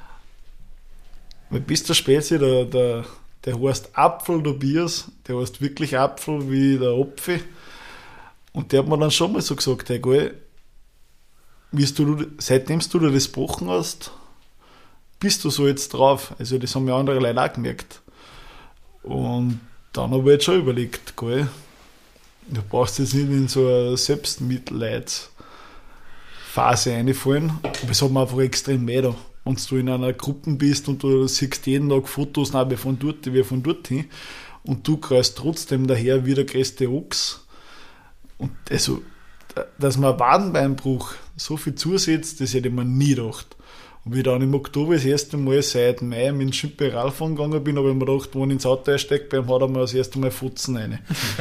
bis der Spezi, der, der, der heißt Apfel, der Biers, der heißt wirklich Apfel wie der Apfel. Und der hat mir dann schon mal so gesagt, hey, geil, du, seitdem du dir das gebrochen hast, bist du so jetzt drauf. Also das haben ja andere Leute auch gemerkt. Und dann habe ich jetzt schon überlegt, gell, du brauchst jetzt nicht in so eine Selbstmitleidsphase reinfallen, aber es hat mir einfach extrem weh da. Wenn du in einer Gruppe bist und du siehst jeden Tag Fotos, nein, wir von dort, wir von dort hin, und du kreist trotzdem daher wie der größte Ochs. Und also, dass man ein Wadenbeinbruch so viel zusetzt, das hätte ich mir nie gedacht. Und wie ich dann im Oktober das erste Mal seit Mai mit dem Schümpe Radfahren gegangen bin, habe ich mir gedacht, wenn ich ins Auto einsteige, bei ihm hat er mir das erste Mal Futzen rein.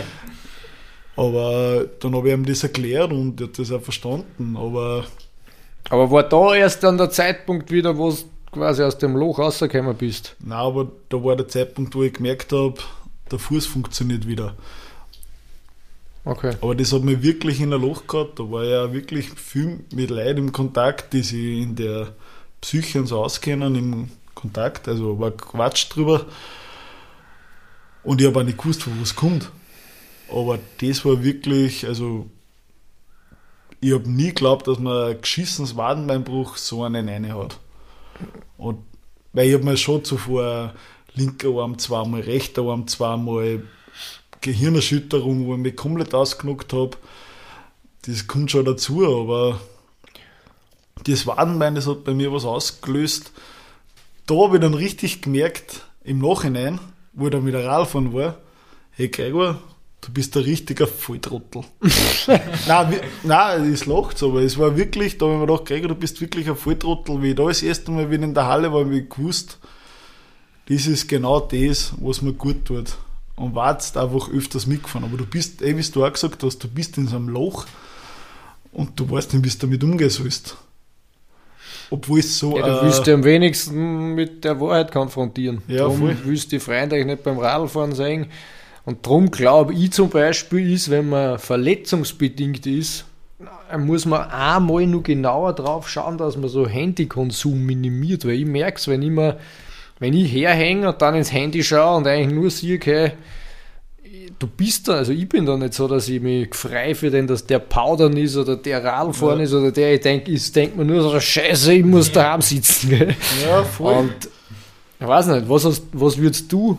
Aber dann habe ich ihm das erklärt und er hat das auch verstanden. Aber, aber war da erst dann der Zeitpunkt wieder, wo du quasi aus dem Loch rausgekommen bist? Nein, aber da war der Zeitpunkt, wo ich gemerkt habe, der Fuß funktioniert wieder. Okay. Aber das hat mich wirklich in ein Loch gehabt. Da war ja wirklich viel mit Leuten im Kontakt, die sich in der Psyche und so auskennen, im Kontakt. Also war Quatsch drüber. Und ich habe auch nicht gewusst, von wo es kommt. Aber das war wirklich, also ich habe nie geglaubt, dass man ein geschissenes Wadenbeinbruch so einen rein hat. Und, weil ich habe mir schon zuvor linker Arm zweimal, rechter Arm zweimal, Gehirnerschütterung, wo ich mich komplett ausgenockt habe. Das kommt schon dazu, aber das Wadenbein, das hat bei mir was ausgelöst. Da habe ich dann richtig gemerkt, im Nachhinein, wo ich dann wieder Radfahren war, hey Gregor, du bist ein richtiger Volltrottel. nein, wie, nein, es lacht, aber es war wirklich, da habe ich mir gedacht, Gregor, du bist wirklich ein Volltrottel. Wie ich da das erste Mal wieder in der Halle war, habe ich gewusst, das ist genau das, was mir gut tut. Und wartest einfach öfters mitgefahren. Aber du bist, eh, wie du auch gesagt hast, du bist in so einem Loch und du weißt nicht, wie du damit umgehen sollst. Obwohl es so. Ja, du äh, willst dich am wenigsten mit der Wahrheit konfrontieren. Ja, Darum voll. willst du die Freunde eigentlich nicht beim Radlfahren sehen. Und darum glaube ich zum Beispiel, ist, wenn man verletzungsbedingt ist, muss man einmal nur genauer drauf schauen, dass man so Handykonsum minimiert. Weil ich merke es, wenn ich, mir, wenn ich herhänge und dann ins Handy schaue und eigentlich nur sehe, okay, du bist da, also ich bin da nicht so, dass ich mich frei für den, dass der Powdern ist oder der Radfahren Ja. ist oder der, ich denke, ich denke mir nur so, Scheiße, ich muss daheim sitzen. Gell? Ja, voll. Und ich weiß nicht, was, hast, was würdest du,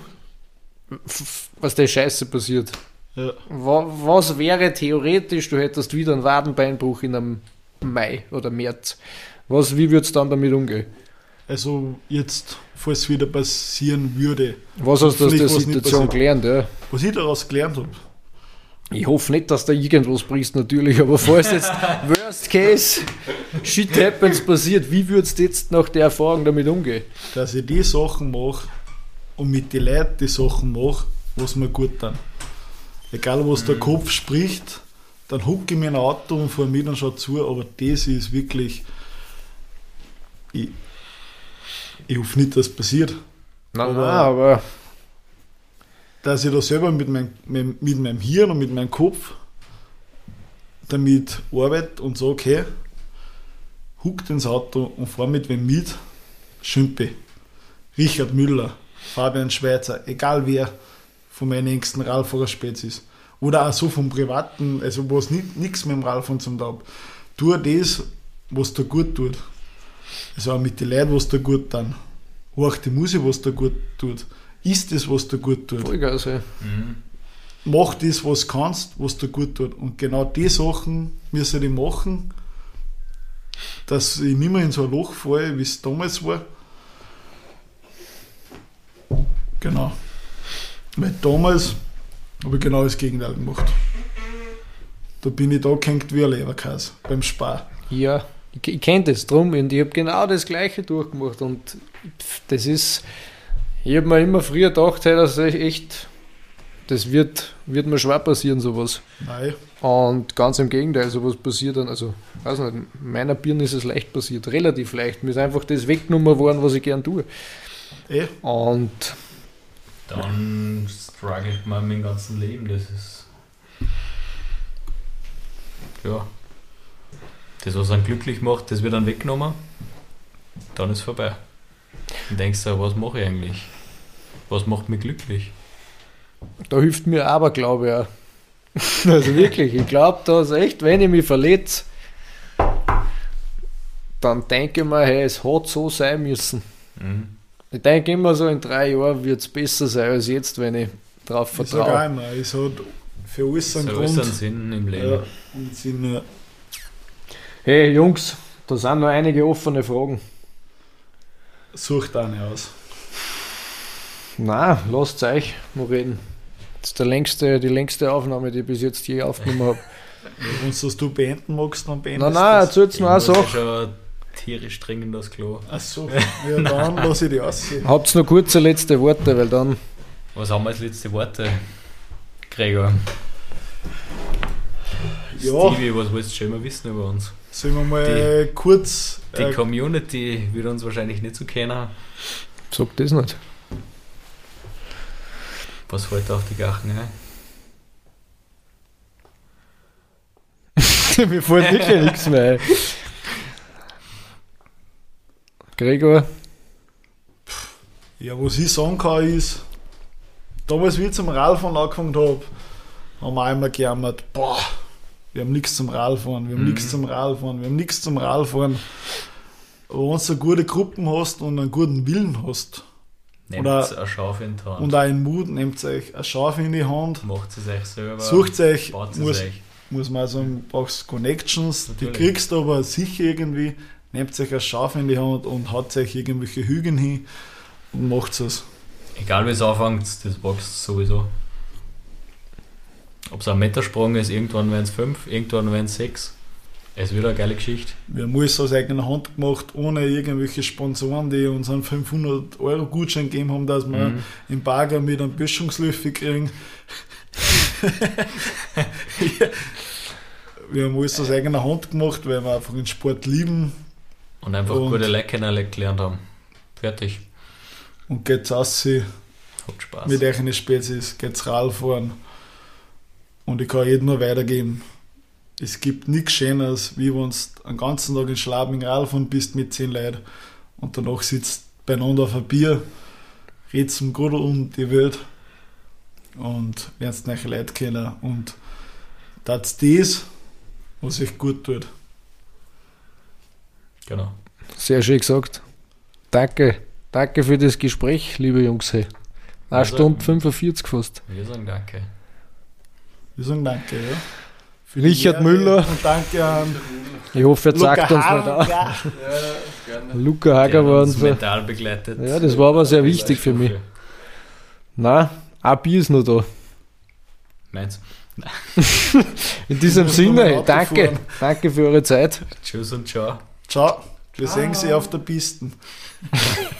f- was der Scheiße passiert? ja. Wa- Was wäre theoretisch, du hättest wieder einen Wadenbeinbruch in einem Mai oder März. Was, wie würdest du dann damit umgehen? Also jetzt, falls es wieder passieren würde, Was hast du aus Hoffentlich der was nicht Situation passiert. gelernt? Ja? was ich daraus gelernt habe, Ich hoffe nicht, dass da irgendwas brichst natürlich, aber falls jetzt Worst Case Shit happens passiert, wie würdest du jetzt nach der Erfahrung damit umgehen? dass ich die Sachen mache und mit den Leuten die Sachen mache, was mir gut tun. Egal was der Kopf spricht, dann hucke ich mir ein Auto und fahre mit und schaue zu, aber das ist wirklich, ich, ich hoffe nicht, dass es passiert, Nein, Aber- nein, aber dass ich da selber mit, mein, mit, mit meinem Hirn und mit meinem Kopf damit arbeite und sage, okay, huckt ins Auto und fahr mit wem mit, Schümpe, Richard Müller, Fabian Schweizer, egal wer von meinen engsten Radfahrerspezies oder auch so vom Privaten, also was nichts mit dem Radfahren zum tun hat. Tu das, was dir gut tut. Also auch mit den Leuten, was dir gut tun. Hör die Musik, was dir gut tut. Ist das, was dir gut tut. Vollgas, ja. Mhm. Mach das, was du kannst, was dir gut tut. Und genau die Sachen müssen ich machen, dass ich nicht mehr in so ein Loch falle, wie es damals war. Genau. Weil damals habe ich genau das Gegenteil gemacht. Da bin ich da gehängt wie ein Leberkäse beim Spar. Ja, ich, ich kenne das drum und ich habe genau das Gleiche durchgemacht und das ist, ich habe mir immer früher gedacht, hey, das ist echt, das wird, wird mir schwer passieren, sowas. Nein. Und ganz im Gegenteil, sowas passiert dann, also, weiß nicht, meiner Birne ist es leicht passiert, relativ leicht. Mir ist einfach das weggenommen worden, was ich gern tue. Eh. Und Dann struggelt man mit dem ganzen Leben. Das ist. Ja. Das, was einen glücklich macht, das wird dann weggenommen. Dann ist vorbei. Dann denkst du, was mache ich eigentlich? Was macht mich glücklich? da hilft mir aber, glaube ich, auch. Also wirklich, ich glaube, dass echt, wenn ich mich verletze, dann denke ich mir, hey, es hat so sein müssen. Mhm. Ich denke immer so, in drei Jahren wird es besser sein als jetzt, wenn ich drauf Ich sage auch vertraue. immer, es hat für alles einen So Grund. ist ein Sinn im Leben. Ja, und sind nur Hey Jungs, da sind noch einige offene Fragen. sucht eine aus. Na, lasst euch noch reden. Das ist der längste, die längste Aufnahme, die ich bis jetzt je aufgenommen habe. Wenn du das du beenden magst, dann beendest Nein, nein, das. erzählt's noch eine Ich muss Sache. schon tierisch dringend das Klo. Achso, ja, dann lasse ich die aussehen. Habt noch kurze letzte Worte, weil dann. Was haben wir als letzte Worte? Gregor. Ja, Stevie, was willst du schon immer wissen über uns? sollen wir mal kurz. Die äh, Community wird uns wahrscheinlich nicht so kennen. Sag das nicht. Was fällt auf die Gachen ein? Mir fällt wirklich nichts mehr ein. Gregor, Ja, was ich sagen kann ist, damals wie ich zum Radfahren angefangen habe, haben wir auch immer gejammert, boah, wir haben nichts zum Radfahren, wir haben Mhm. nichts zum Radfahren, wir haben nichts zum Radfahren. Aber wenn du eine gute Gruppe hast und einen guten Willen hast Nehmt Oder- eine Schaufel in die Hand. und auch einen Mut, nehmt euch eine Schaufel in die Hand, Macht es euch selber. sucht euch, Baut es muss, euch. muss man auch sagen, brauchst Connections, Natürlich. die kriegst du aber sicher irgendwie, nehmt euch eine Schaufel in die Hand und haut euch irgendwelche Hügel hin und macht es. Egal wie es anfängt, das wächst sowieso. Ob es ein Metersprung ist, irgendwann werden es fünf, irgendwann werden es sechs. Es wird eine geile Geschichte. Wir haben alles aus eigener Hand gemacht, ohne irgendwelche Sponsoren, die uns einen fünfhundert Euro Gutschein gegeben haben, dass wir Mhm. im Bagger mit einem Böschungslöffel kriegen. Wir haben alles aus eigener Hand gemacht, weil wir einfach den Sport lieben. Und einfach Und- gute Leute kennengelernt haben. Fertig. Und geht's aussehen Habt Spaß. mit euren Spezies, geht's Radfahren. Und ich kann jedem nur weitergeben. Es gibt nichts Schöneres, wie wenn du einen ganzen Tag in Schlabing Radfahren bist mit zehn Leuten und danach sitzt beieinander auf ein Bier, redet zum Gudel um die Welt und lernst neue Leute kennen. Und das ist das, was euch gut tut. Genau. Sehr schön gesagt. Danke. Danke für das Gespräch, liebe Jungs. Hey. Eine Also- Stunde fünfundvierzig fast. Wir sagen danke. Wir sagen danke, ja. Für die Richard Lehre Müller. Und danke an Ich hoffe, er Luca zeigt uns nicht Hager. auf. Ja, gerne. Luca Hager Der war uns unser. mental begleitet. Ja, das war aber sehr wichtig für mich. Nein, ein Bier ist noch da. Meins. In diesem muss noch Sinne, mal Auto danke. fahren. Danke für eure Zeit. Tschüss und ciao. Ciao. Wir sehen Sie auf der Piste.